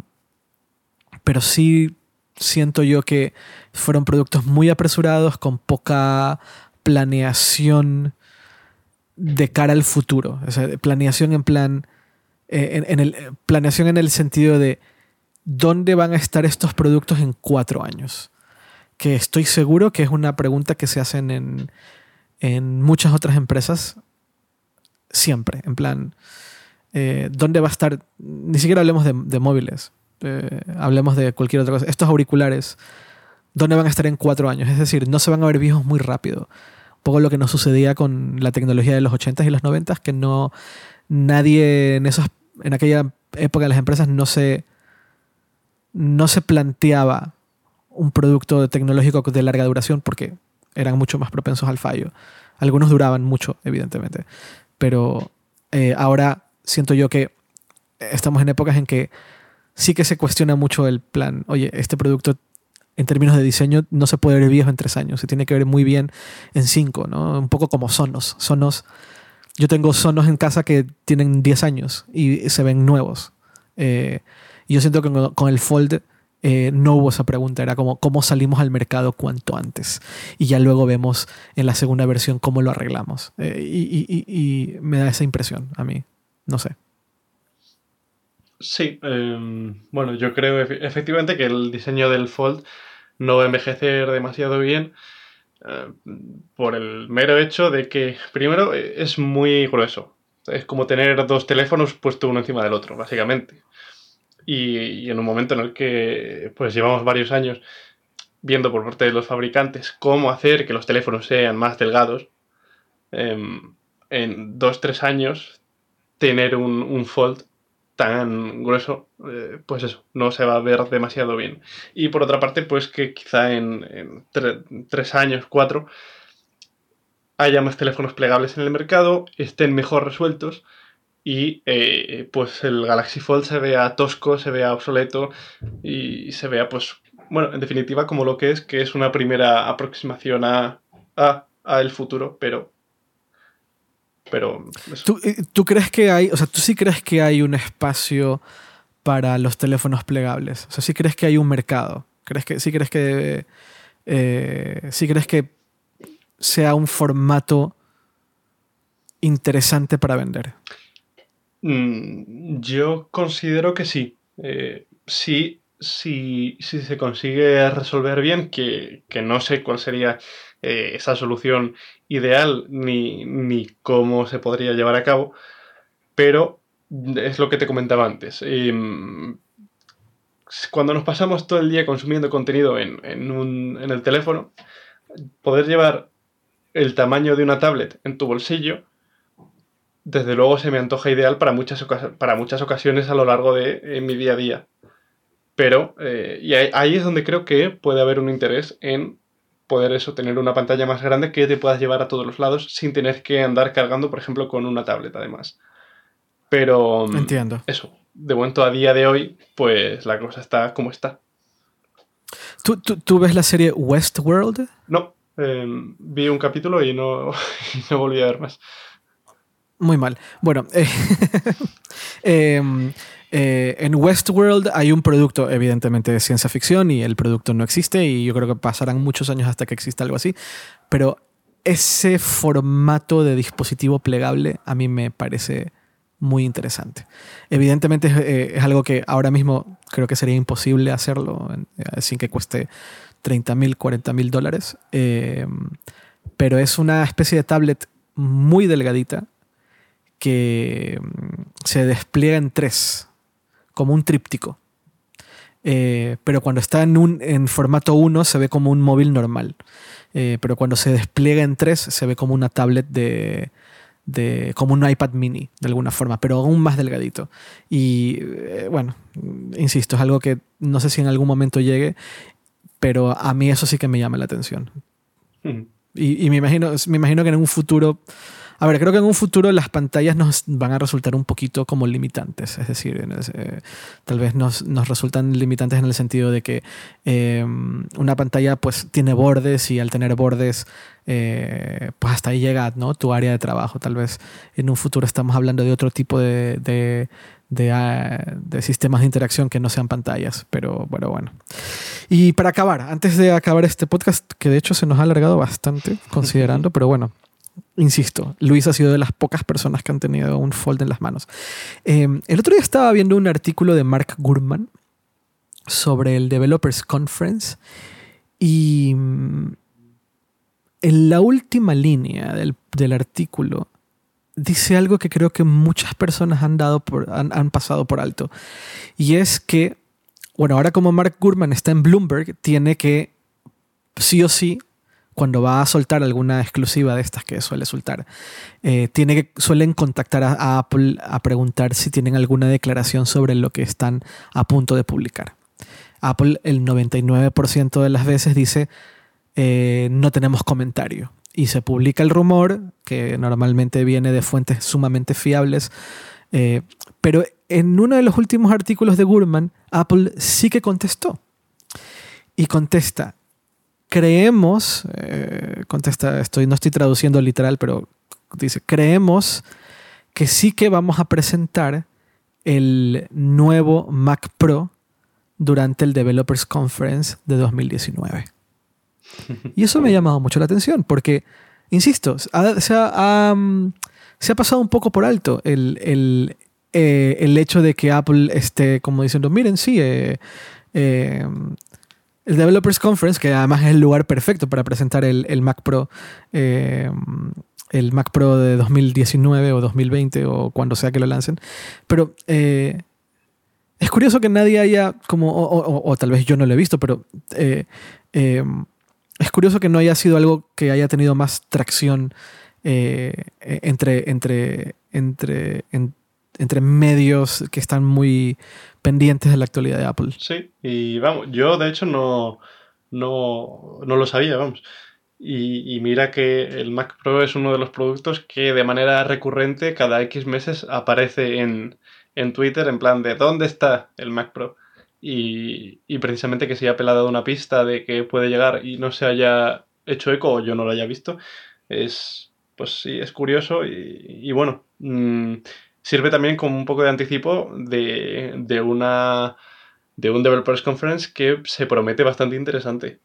pero sí siento yo que fueron productos muy apresurados, con poca planeación de cara al futuro. O sea, planeación en plan, eh, en, en el, planeación en el sentido de dónde van a estar estos productos en cuatro años. Que estoy seguro que es una pregunta que se hacen en, en muchas otras empresas siempre. En plan, eh, ¿dónde va a estar? Ni siquiera hablemos de, de móviles. Eh, hablemos de cualquier otra cosa. Estos auriculares, ¿dónde van a estar en cuatro años? Es decir, no se van a ver viejos muy rápido. Un poco lo que nos sucedía con la tecnología de los ochentas y los noventas, que no nadie en esos, en aquella época de las empresas no se no se planteaba un producto tecnológico de larga duración porque eran mucho más propensos al fallo. Algunos duraban mucho, evidentemente, pero eh, ahora siento yo que estamos en épocas en que sí que se cuestiona mucho el plan. Oye, este producto en términos de diseño no se puede ver viejo en tres años, se tiene que ver muy bien en cinco, ¿no? Un poco como Sonos. Sonos, yo tengo Sonos en casa que tienen diez años y se ven nuevos. Eh, y yo siento que con el Fold eh, no hubo esa pregunta, era como cómo salimos al mercado cuanto antes. Y ya luego vemos en la segunda versión cómo lo arreglamos. Eh, y, y, y, y me da esa impresión a mí, no sé. Sí, eh, bueno, yo creo efe- efectivamente que el diseño del Fold no va a envejecer demasiado bien eh, por el mero hecho de que, primero, eh, es muy grueso. Es como tener dos teléfonos puestos uno encima del otro, básicamente. Y, y en un momento en el que pues llevamos varios años viendo por parte de los fabricantes cómo hacer que los teléfonos sean más delgados, em, en dos tres años tener un, un Fold tan grueso, eh, pues eso, no se va a ver demasiado bien. Y por otra parte, pues que quizá en, en tre- tres años, cuatro, haya más teléfonos plegables en el mercado, estén mejor resueltos y eh, pues el Galaxy Fold se vea tosco, se vea obsoleto y se vea pues, bueno, en definitiva como lo que es, que es una primera aproximación a, a, a el futuro, pero pero eso. ¿Tú, eh, ¿Tú crees que hay, o sea, tú sí crees que hay un espacio para los teléfonos plegables? O sea, ¿sí crees que hay un mercado? ¿Crees que, sí crees que, eh, sí crees que sea un formato interesante para vender? Mm, yo considero que sí. Eh, sí, sí, sí se consigue resolver bien, que, que no sé cuál sería eh, esa solución ideal ni, ni cómo se podría llevar a cabo, pero es lo que te comentaba antes. Em, cuando nos pasamos todo el día consumiendo contenido en, en, un, en el teléfono, poder llevar el tamaño de una tablet en tu bolsillo desde luego se me antoja ideal para muchas, para muchas ocasiones a lo largo de eh, mi día a día. Pero, eh, y ahí, ahí es donde creo que puede haber un interés en poder eso, tener una pantalla más grande que te puedas llevar a todos los lados sin tener que andar cargando, por ejemplo, con una tablet además. Pero Entiendo. eso, de momento a día de hoy, pues la cosa está como está. ¿Tú, tú, tú ves la serie Westworld? No, eh, vi un capítulo y no, y no volví a ver más. Muy mal. Bueno, eh, eh, eh, en Westworld hay un producto evidentemente de ciencia ficción y el producto no existe y yo creo que pasarán muchos años hasta que exista algo así, pero ese formato de dispositivo plegable a mí me parece muy interesante. Evidentemente es, eh, es algo que ahora mismo creo que sería imposible hacerlo eh, sin que cueste treinta mil, cuarenta mil dólares, eh, pero es una especie de tablet muy delgadita que se despliega en tres, como un tríptico. Eh, pero cuando está en, un, en formato uno se ve como un móvil normal. Eh, pero cuando se despliega en tres se ve como una tablet de, de... como un iPad mini, de alguna forma, pero aún más delgadito. Y eh, bueno, insisto, es algo que no sé si en algún momento llegue, pero a mí eso sí que me llama la atención. Mm. Y, y me, imagino, me imagino que en un futuro... A ver, creo que en un futuro las pantallas nos van a resultar un poquito como limitantes. Es decir, eh, tal vez nos, nos resultan limitantes en el sentido de que eh, una pantalla pues tiene bordes y al tener bordes eh, pues hasta ahí llega, ¿no?, tu área de trabajo. Tal vez en un futuro estamos hablando de otro tipo de, de, de, uh, de sistemas de interacción que no sean pantallas. Pero bueno, bueno. Y para acabar, antes de acabar este podcast, que de hecho se nos ha alargado bastante considerando, pero bueno. Insisto, Luis ha sido de las pocas personas que han tenido un Fold en las manos. Eh, el otro día estaba viendo un artículo de Mark Gurman sobre el Developers Conference y en la última línea del, del artículo dice algo que creo que muchas personas han, dado por, han, han pasado por alto. Y es que, bueno, ahora como Mark Gurman está en Bloomberg, tiene que sí o sí, cuando va a soltar alguna exclusiva de estas que suele soltar, eh, tiene que, suelen contactar a, a Apple a preguntar si tienen alguna declaración sobre lo que están a punto de publicar. Apple el noventa y nueve por ciento de las veces dice eh, no tenemos comentario. Y se publica el rumor, que normalmente viene de fuentes sumamente fiables, eh, pero en uno de los últimos artículos de Gurman, Apple sí que contestó. Y contesta... Creemos, eh, contesta, estoy, no estoy traduciendo literal, pero dice, creemos que sí que vamos a presentar el nuevo Mac Pro durante el Developers Conference de dos mil diecinueve. Y eso me ha llamado mucho la atención, porque, insisto, ha, se, ha, ha, se ha pasado un poco por alto el, el, eh, el hecho de que Apple esté como diciendo, miren, sí, eh, eh, el Developers Conference, que además es el lugar perfecto para presentar el, el Mac Pro, eh, el Mac Pro de dos mil diecinueve o dos mil veinte o cuando sea que lo lancen. Pero eh, es curioso que nadie haya, como, o, o, o tal vez yo no lo he visto, pero eh, eh, es curioso que no haya sido algo que haya tenido más tracción eh, entre, entre, entre, en, entre medios que están muy pendientes de la actualidad de Apple. Sí, y vamos, yo de hecho no, no, no lo sabía, vamos. Y, y mira que el Mac Pro es uno de los productos que de manera recurrente cada X meses aparece en, en Twitter en plan de ¿dónde está el Mac Pro? Y, y precisamente que se haya pelado una pista de que puede llegar y no se haya hecho eco o yo no lo haya visto, es, pues sí, es curioso y, y bueno, mmm, sirve también como un poco de anticipo de, de, una, de un Developers Conference que se promete bastante interesante.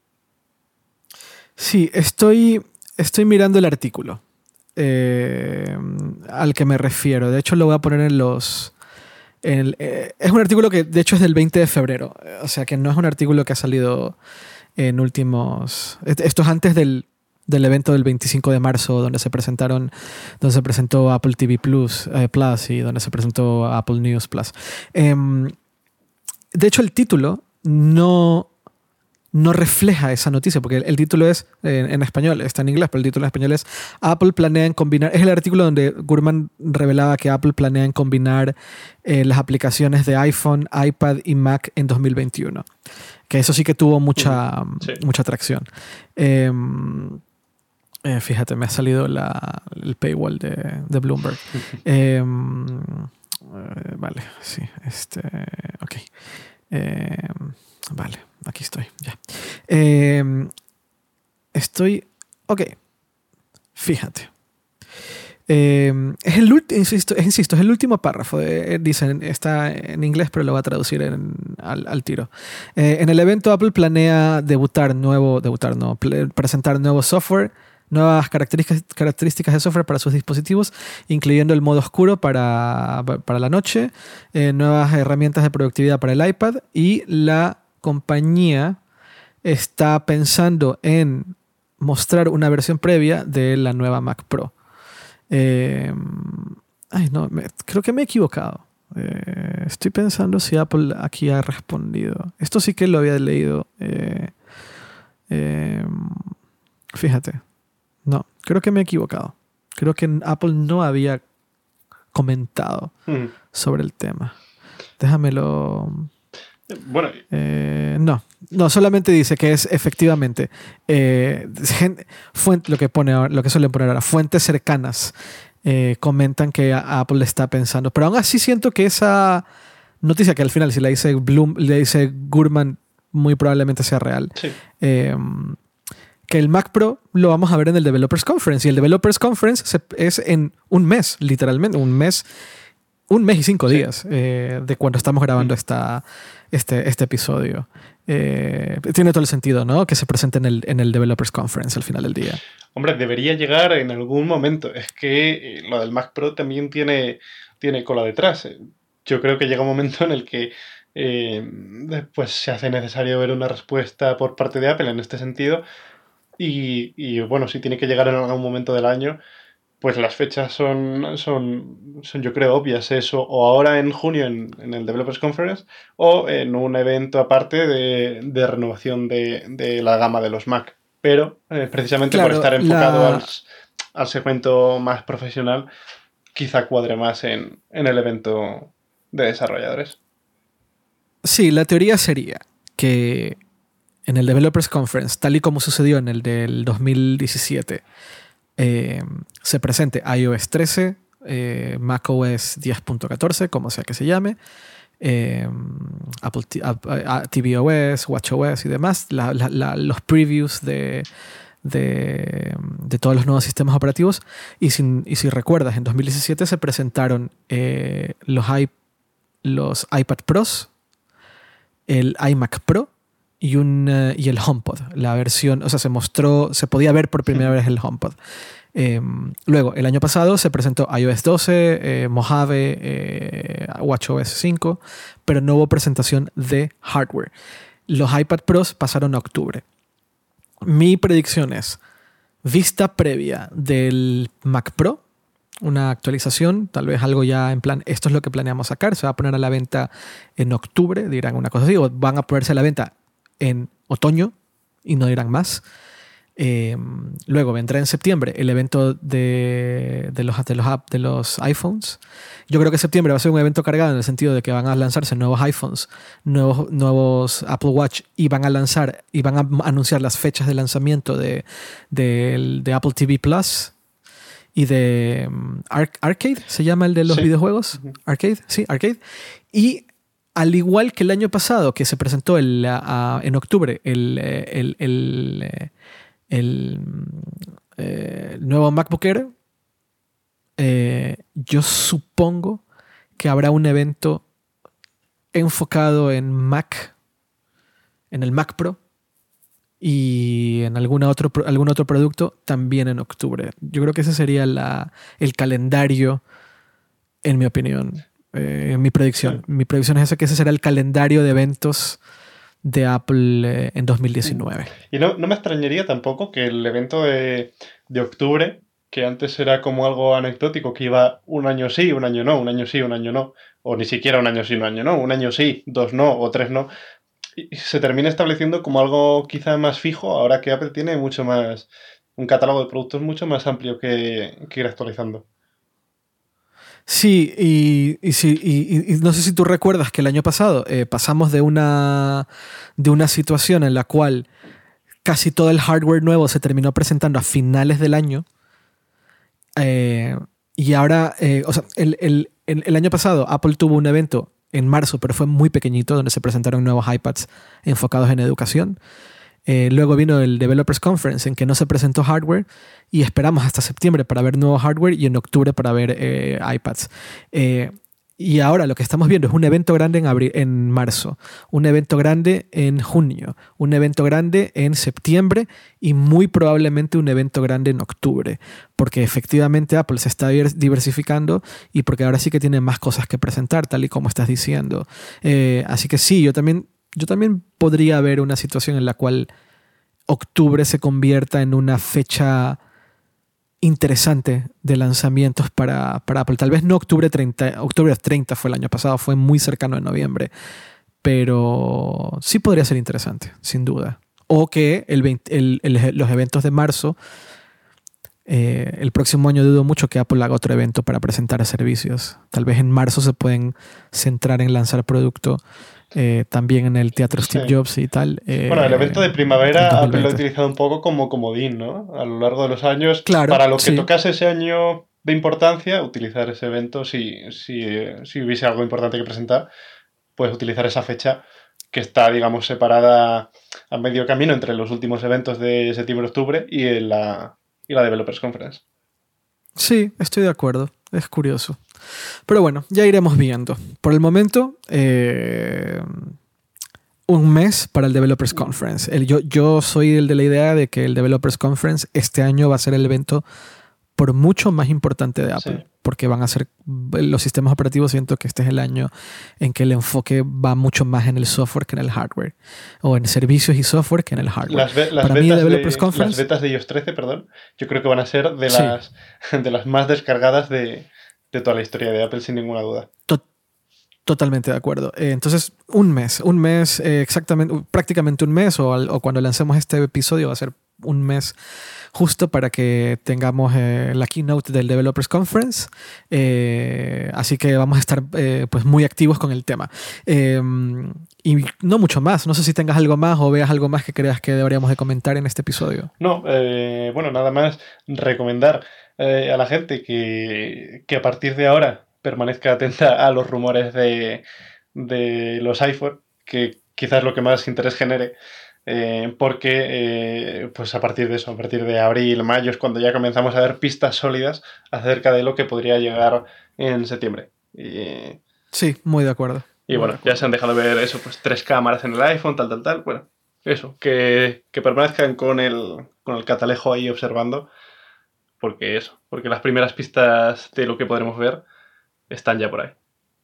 Sí, estoy, estoy mirando el artículo eh, al que me refiero. De hecho, lo voy a poner en los... En el, eh, es un artículo que de hecho es del veinte de febrero. O sea que no es un artículo que ha salido en últimos... Esto es antes del... del evento del veinticinco de marzo donde se presentaron donde se presentó Apple T V Plus, eh, Plus y donde se presentó Apple News Plus. Eh, de hecho el título no no refleja esa noticia, porque el, el título es, eh, en español, está en inglés, pero el título en español es Apple planea en combinar, es el artículo donde Gurman revelaba que Apple planea en combinar eh, las aplicaciones de iPhone, iPad y Mac en dos mil veintiuno. Que eso sí que tuvo mucha, sí. mucha atracción. Eh, eh, fíjate, me ha salido la, el paywall de, de Bloomberg. eh, eh, vale, sí, este, ok. Eh, vale, aquí estoy, ya. Eh, estoy, ok, fíjate. Eh, es el insisto, es, insisto, es el último párrafo. De, dicen, está en inglés, pero lo voy a traducir en, al, al tiro. Eh, en el evento, Apple planea debutar nuevo, debutar no, presentar nuevo software, nuevas características, características de software para sus dispositivos, incluyendo el modo oscuro para, para la noche, eh, nuevas herramientas de productividad para el iPad, y la compañía está pensando en mostrar una versión previa de la nueva Mac Pro. Eh, ay, no, me, creo que me he equivocado. Eh, estoy pensando si Apple aquí ha respondido. Esto sí que lo había leído. Eh, eh, fíjate. No, creo que me he equivocado. Creo que Apple no había comentado mm. sobre el tema. Déjamelo. Bueno. Eh, no, no, solamente dice que es efectivamente eh, fuente, lo que pone, lo que suelen poner ahora, fuentes cercanas eh, comentan que Apple está pensando, pero aún así siento que esa noticia que al final si la dice Bloom, le dice Gurman, muy probablemente sea real. Sí. Eh, que el Mac Pro lo vamos a ver en el Developers Conference, y el Developers Conference se, es en un mes, literalmente, un mes, un mes y cinco sí. días eh, de cuando estamos grabando mm. esta, este, este episodio. Eh, tiene todo el sentido, ¿no? Que se presente en el, en el Developers Conference al final del día. Hombre, debería llegar en algún momento. Es que lo del Mac Pro también tiene, tiene cola detrás. Yo creo que llega un momento en el que eh, después se hace necesario ver una respuesta por parte de Apple en este sentido. Y, y bueno, si tiene que llegar en algún momento del año, pues las fechas son, son, son yo creo, obvias. Eso, o ahora en junio en, en el Developers Conference, o en un evento aparte de, de renovación de, de la gama de los Mac. Pero eh, precisamente claro, por estar enfocado la... al, al segmento más profesional, quizá cuadre más en, en el evento de desarrolladores. Sí, la teoría sería que en el Developers Conference, tal y como sucedió en el del dos mil diecisiete, eh, se presente iOS trece, eh, macOS diez punto catorce, como sea que se llame, eh, Apple tvOS, watchOS y demás, la, la, la, los previews de, de, de todos los nuevos sistemas operativos. Y si, y si recuerdas, en dos mil diecisiete se presentaron eh, los, i, los iPad Pros, el iMac Pro y, un, uh, y el HomePod, la versión, o sea, se mostró, se podía ver por primera vez el HomePod. Eh, luego, el año pasado se presentó iOS doce, eh, Mojave, eh, watchOS cinco, pero no hubo presentación de hardware. Los iPad Pros pasaron a octubre. Mi predicción es vista previa del Mac Pro, una actualización, tal vez algo ya en plan, esto es lo que planeamos sacar, se va a poner a la venta en octubre, dirán una cosa así, o van a ponerse a la venta en otoño y no dirán más. Eh, luego vendrá en septiembre el evento de, de, los, de, los app, de los iPhones. Yo creo que septiembre va a ser un evento cargado en el sentido de que van a lanzarse nuevos iPhones, nuevos, nuevos Apple Watch, y van a lanzar y van a anunciar las fechas de lanzamiento de, de, de Apple T V Plus y de um, Ar- Arcade, se llama el de los sí. videojuegos. Uh-huh. Arcade, sí, Arcade. Y al igual que el año pasado, que se presentó el, uh, en octubre el, el, el, el, el, eh, el nuevo MacBook Air, eh, yo supongo que habrá un evento enfocado en Mac, en el Mac Pro, y en alguna otro, algún otro producto también en octubre. Yo creo que ese sería la, el calendario, en mi opinión, eh, mi predicción. Sí. Mi predicción es esa, que ese será el calendario de eventos de Apple eh, en dos mil diecinueve. Y no, no me extrañaría tampoco que el evento de, de octubre, que antes era como algo anecdótico, que iba un año sí, un año no, un año sí, un año no, o ni siquiera un año sí, un año no, un año sí, dos no, o tres no, y se termina estableciendo como algo quizá más fijo, ahora que Apple tiene mucho más, un catálogo de productos mucho más amplio que, que ir actualizando. Sí, y, y, sí, y, y no sé si tú recuerdas que el año pasado eh, pasamos de una, de una situación en la cual casi todo el hardware nuevo se terminó presentando a finales del año. Eh, y ahora, eh, o sea, el, el, el, el año pasado Apple tuvo un evento en marzo, pero fue muy pequeñito, donde se presentaron nuevos iPads enfocados en educación. Eh, luego vino el Developers Conference, en que no se presentó hardware, y esperamos hasta septiembre para ver nuevo hardware y en octubre para ver eh, iPads. Eh, y ahora lo que estamos viendo es un evento grande en, abril, en marzo, un evento grande en junio, un evento grande en septiembre y muy probablemente un evento grande en octubre, porque efectivamente Apple se está diversificando y porque ahora sí que tiene más cosas que presentar, tal y como estás diciendo. Eh, así que sí, yo también, yo también podría ver una situación en la cual octubre se convierta en una fecha interesante de lanzamientos para, para Apple. Tal vez no octubre treinta, octubre treinta fue el año pasado, fue muy cercano a noviembre, pero sí podría ser interesante, sin duda. O que el veinte, el, el, los eventos de marzo, eh, el próximo año dudo mucho que Apple haga otro evento para presentar servicios. Tal vez en marzo se pueden centrar en lanzar producto. Eh, también en el Teatro Steve Sí. Jobs y tal. Eh, Bueno, el evento de primavera Apple lo ha utilizado un poco como comodín, ¿no? A lo largo de los años, claro, para lo que sí. tocase ese año de importancia, utilizar ese evento, si, si, si hubiese algo importante que presentar, pues utilizar esa fecha que está, digamos, separada a medio camino entre los últimos eventos de septiembre-octubre y la, y la Developers Conference. Sí, estoy de acuerdo. Es curioso. Pero bueno, ya iremos viendo. Por el momento, eh, un mes para el Developers Conference. El, yo, yo soy el de la idea de que el Developers Conference este año va a ser el evento por mucho más importante de Apple. Sí. Porque van a ser los sistemas operativos. Siento que este es el año en que el enfoque va mucho más en el software que en el hardware. O en servicios y software que en el hardware. Las, be las, Para betas, mí, Developers de, Conference, las betas de iOS trece, perdón, yo creo que van a ser de, sí. las, de las más descargadas de, de toda la historia de Apple, sin ninguna duda. Tot Totalmente de acuerdo. Eh, entonces, un mes, un mes, eh, exactamente, prácticamente un mes, o, al, o cuando lancemos este episodio va a ser un mes justo para que tengamos eh, la keynote del Developers Conference. Eh, así que vamos a estar eh, pues muy activos con el tema. Eh, y no mucho más. No sé si tengas algo más o veas algo más que creas que deberíamos de comentar en este episodio. No, eh, bueno, nada más recomendar eh, a la gente que, que a partir de ahora permanezca atenta a los rumores de, de los iPhone, que quizás lo que más interés genere, eh, porque eh, pues a partir de eso, a partir de abril, mayo, es cuando ya comenzamos a ver pistas sólidas acerca de lo que podría llegar en septiembre. Y, sí, muy de acuerdo. Y muy bueno, ya se han dejado ver eso, pues tres cámaras en el iPhone, tal, tal, tal. Bueno, eso, que, que permanezcan con el, con el catalejo ahí observando, porque eso, porque las primeras pistas de lo que podremos ver están ya por ahí.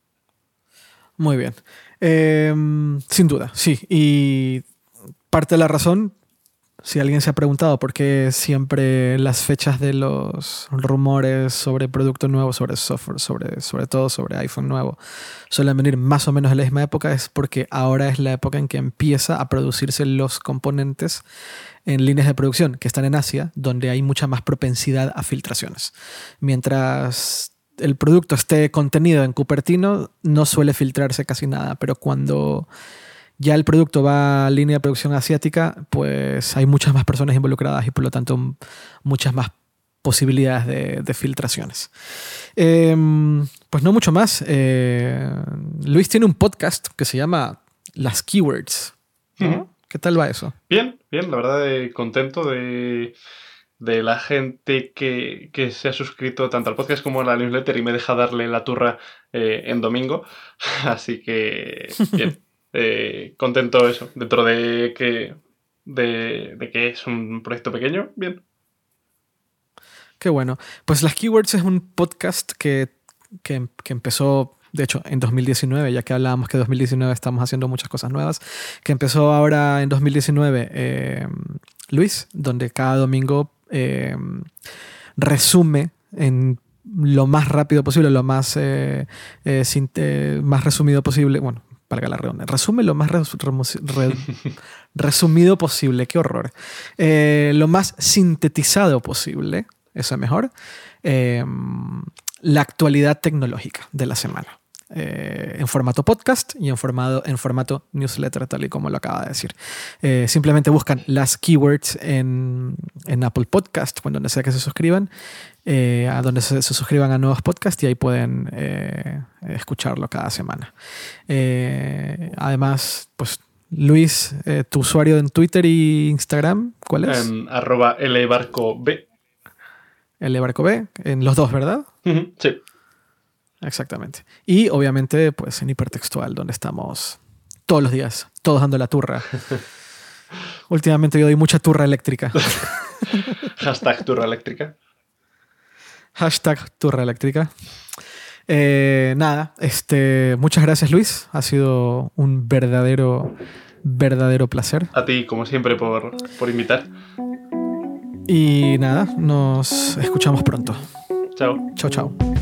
Muy bien. Eh, sin duda, sí. Y parte de la razón, si alguien se ha preguntado por qué siempre las fechas de los rumores sobre producto nuevo, sobre software, sobre, sobre todo sobre iPhone nuevo, suelen venir más o menos en la misma época, es porque ahora es la época en que empieza a producirse los componentes en líneas de producción que están en Asia, donde hay mucha más propensidad a filtraciones. Mientras el producto esté contenido en Cupertino, no suele filtrarse casi nada, pero cuando ya el producto va a línea de producción asiática, pues hay muchas más personas involucradas y por lo tanto muchas más posibilidades de, de filtraciones. Eh, pues no mucho más. Eh, Luis tiene un podcast que se llama Las Keywords, ¿no? Uh-huh. ¿Qué tal va eso? Bien, bien, la verdad, eh, contento de... de la gente que, que se ha suscrito tanto al podcast como a la newsletter y me deja darle la turra eh, en domingo. Así que, bien, eh, contento eso. Dentro de que, de, de que es un proyecto pequeño, bien. Qué bueno. Pues Las Keywords es un podcast que, que, que empezó... De hecho, en dos mil diecinueve, ya que hablábamos que en dos mil diecinueve estamos haciendo muchas cosas nuevas, que empezó ahora en dos mil diecinueve eh, Luis, donde cada domingo eh, resume en lo más rápido posible, lo más, eh, eh, sin, eh, más resumido posible, bueno, valga la redundancia. Resume lo más res, remus, re, resumido posible. Qué horror. Eh, lo más sintetizado posible. Eso es mejor. Eh, la actualidad tecnológica de la semana. Eh, en formato podcast y en formato, en formato newsletter, tal y como lo acaba de decir. Eh, simplemente buscan las keywords en, en Apple Podcast, o en donde sea que se suscriban, eh, a donde se, se suscriban a nuevos podcasts, y ahí pueden eh, escucharlo cada semana. Eh, además, pues Luis, eh, tu usuario en Twitter y Instagram, ¿cuál es? Um, arroba lbarcob. lbarcob, en los dos, ¿verdad? Uh-huh, sí. Exactamente. Y obviamente, pues en hipertextual, donde estamos todos los días, todos dando la turra. Últimamente yo doy mucha turra eléctrica. Hashtag turra eléctrica. Hashtag turra eléctrica. Eh, nada, este, muchas gracias, Luis. Ha sido un verdadero, verdadero placer. A ti, como siempre, por, por invitar. Y nada, nos escuchamos pronto. Chao. Chao, chao.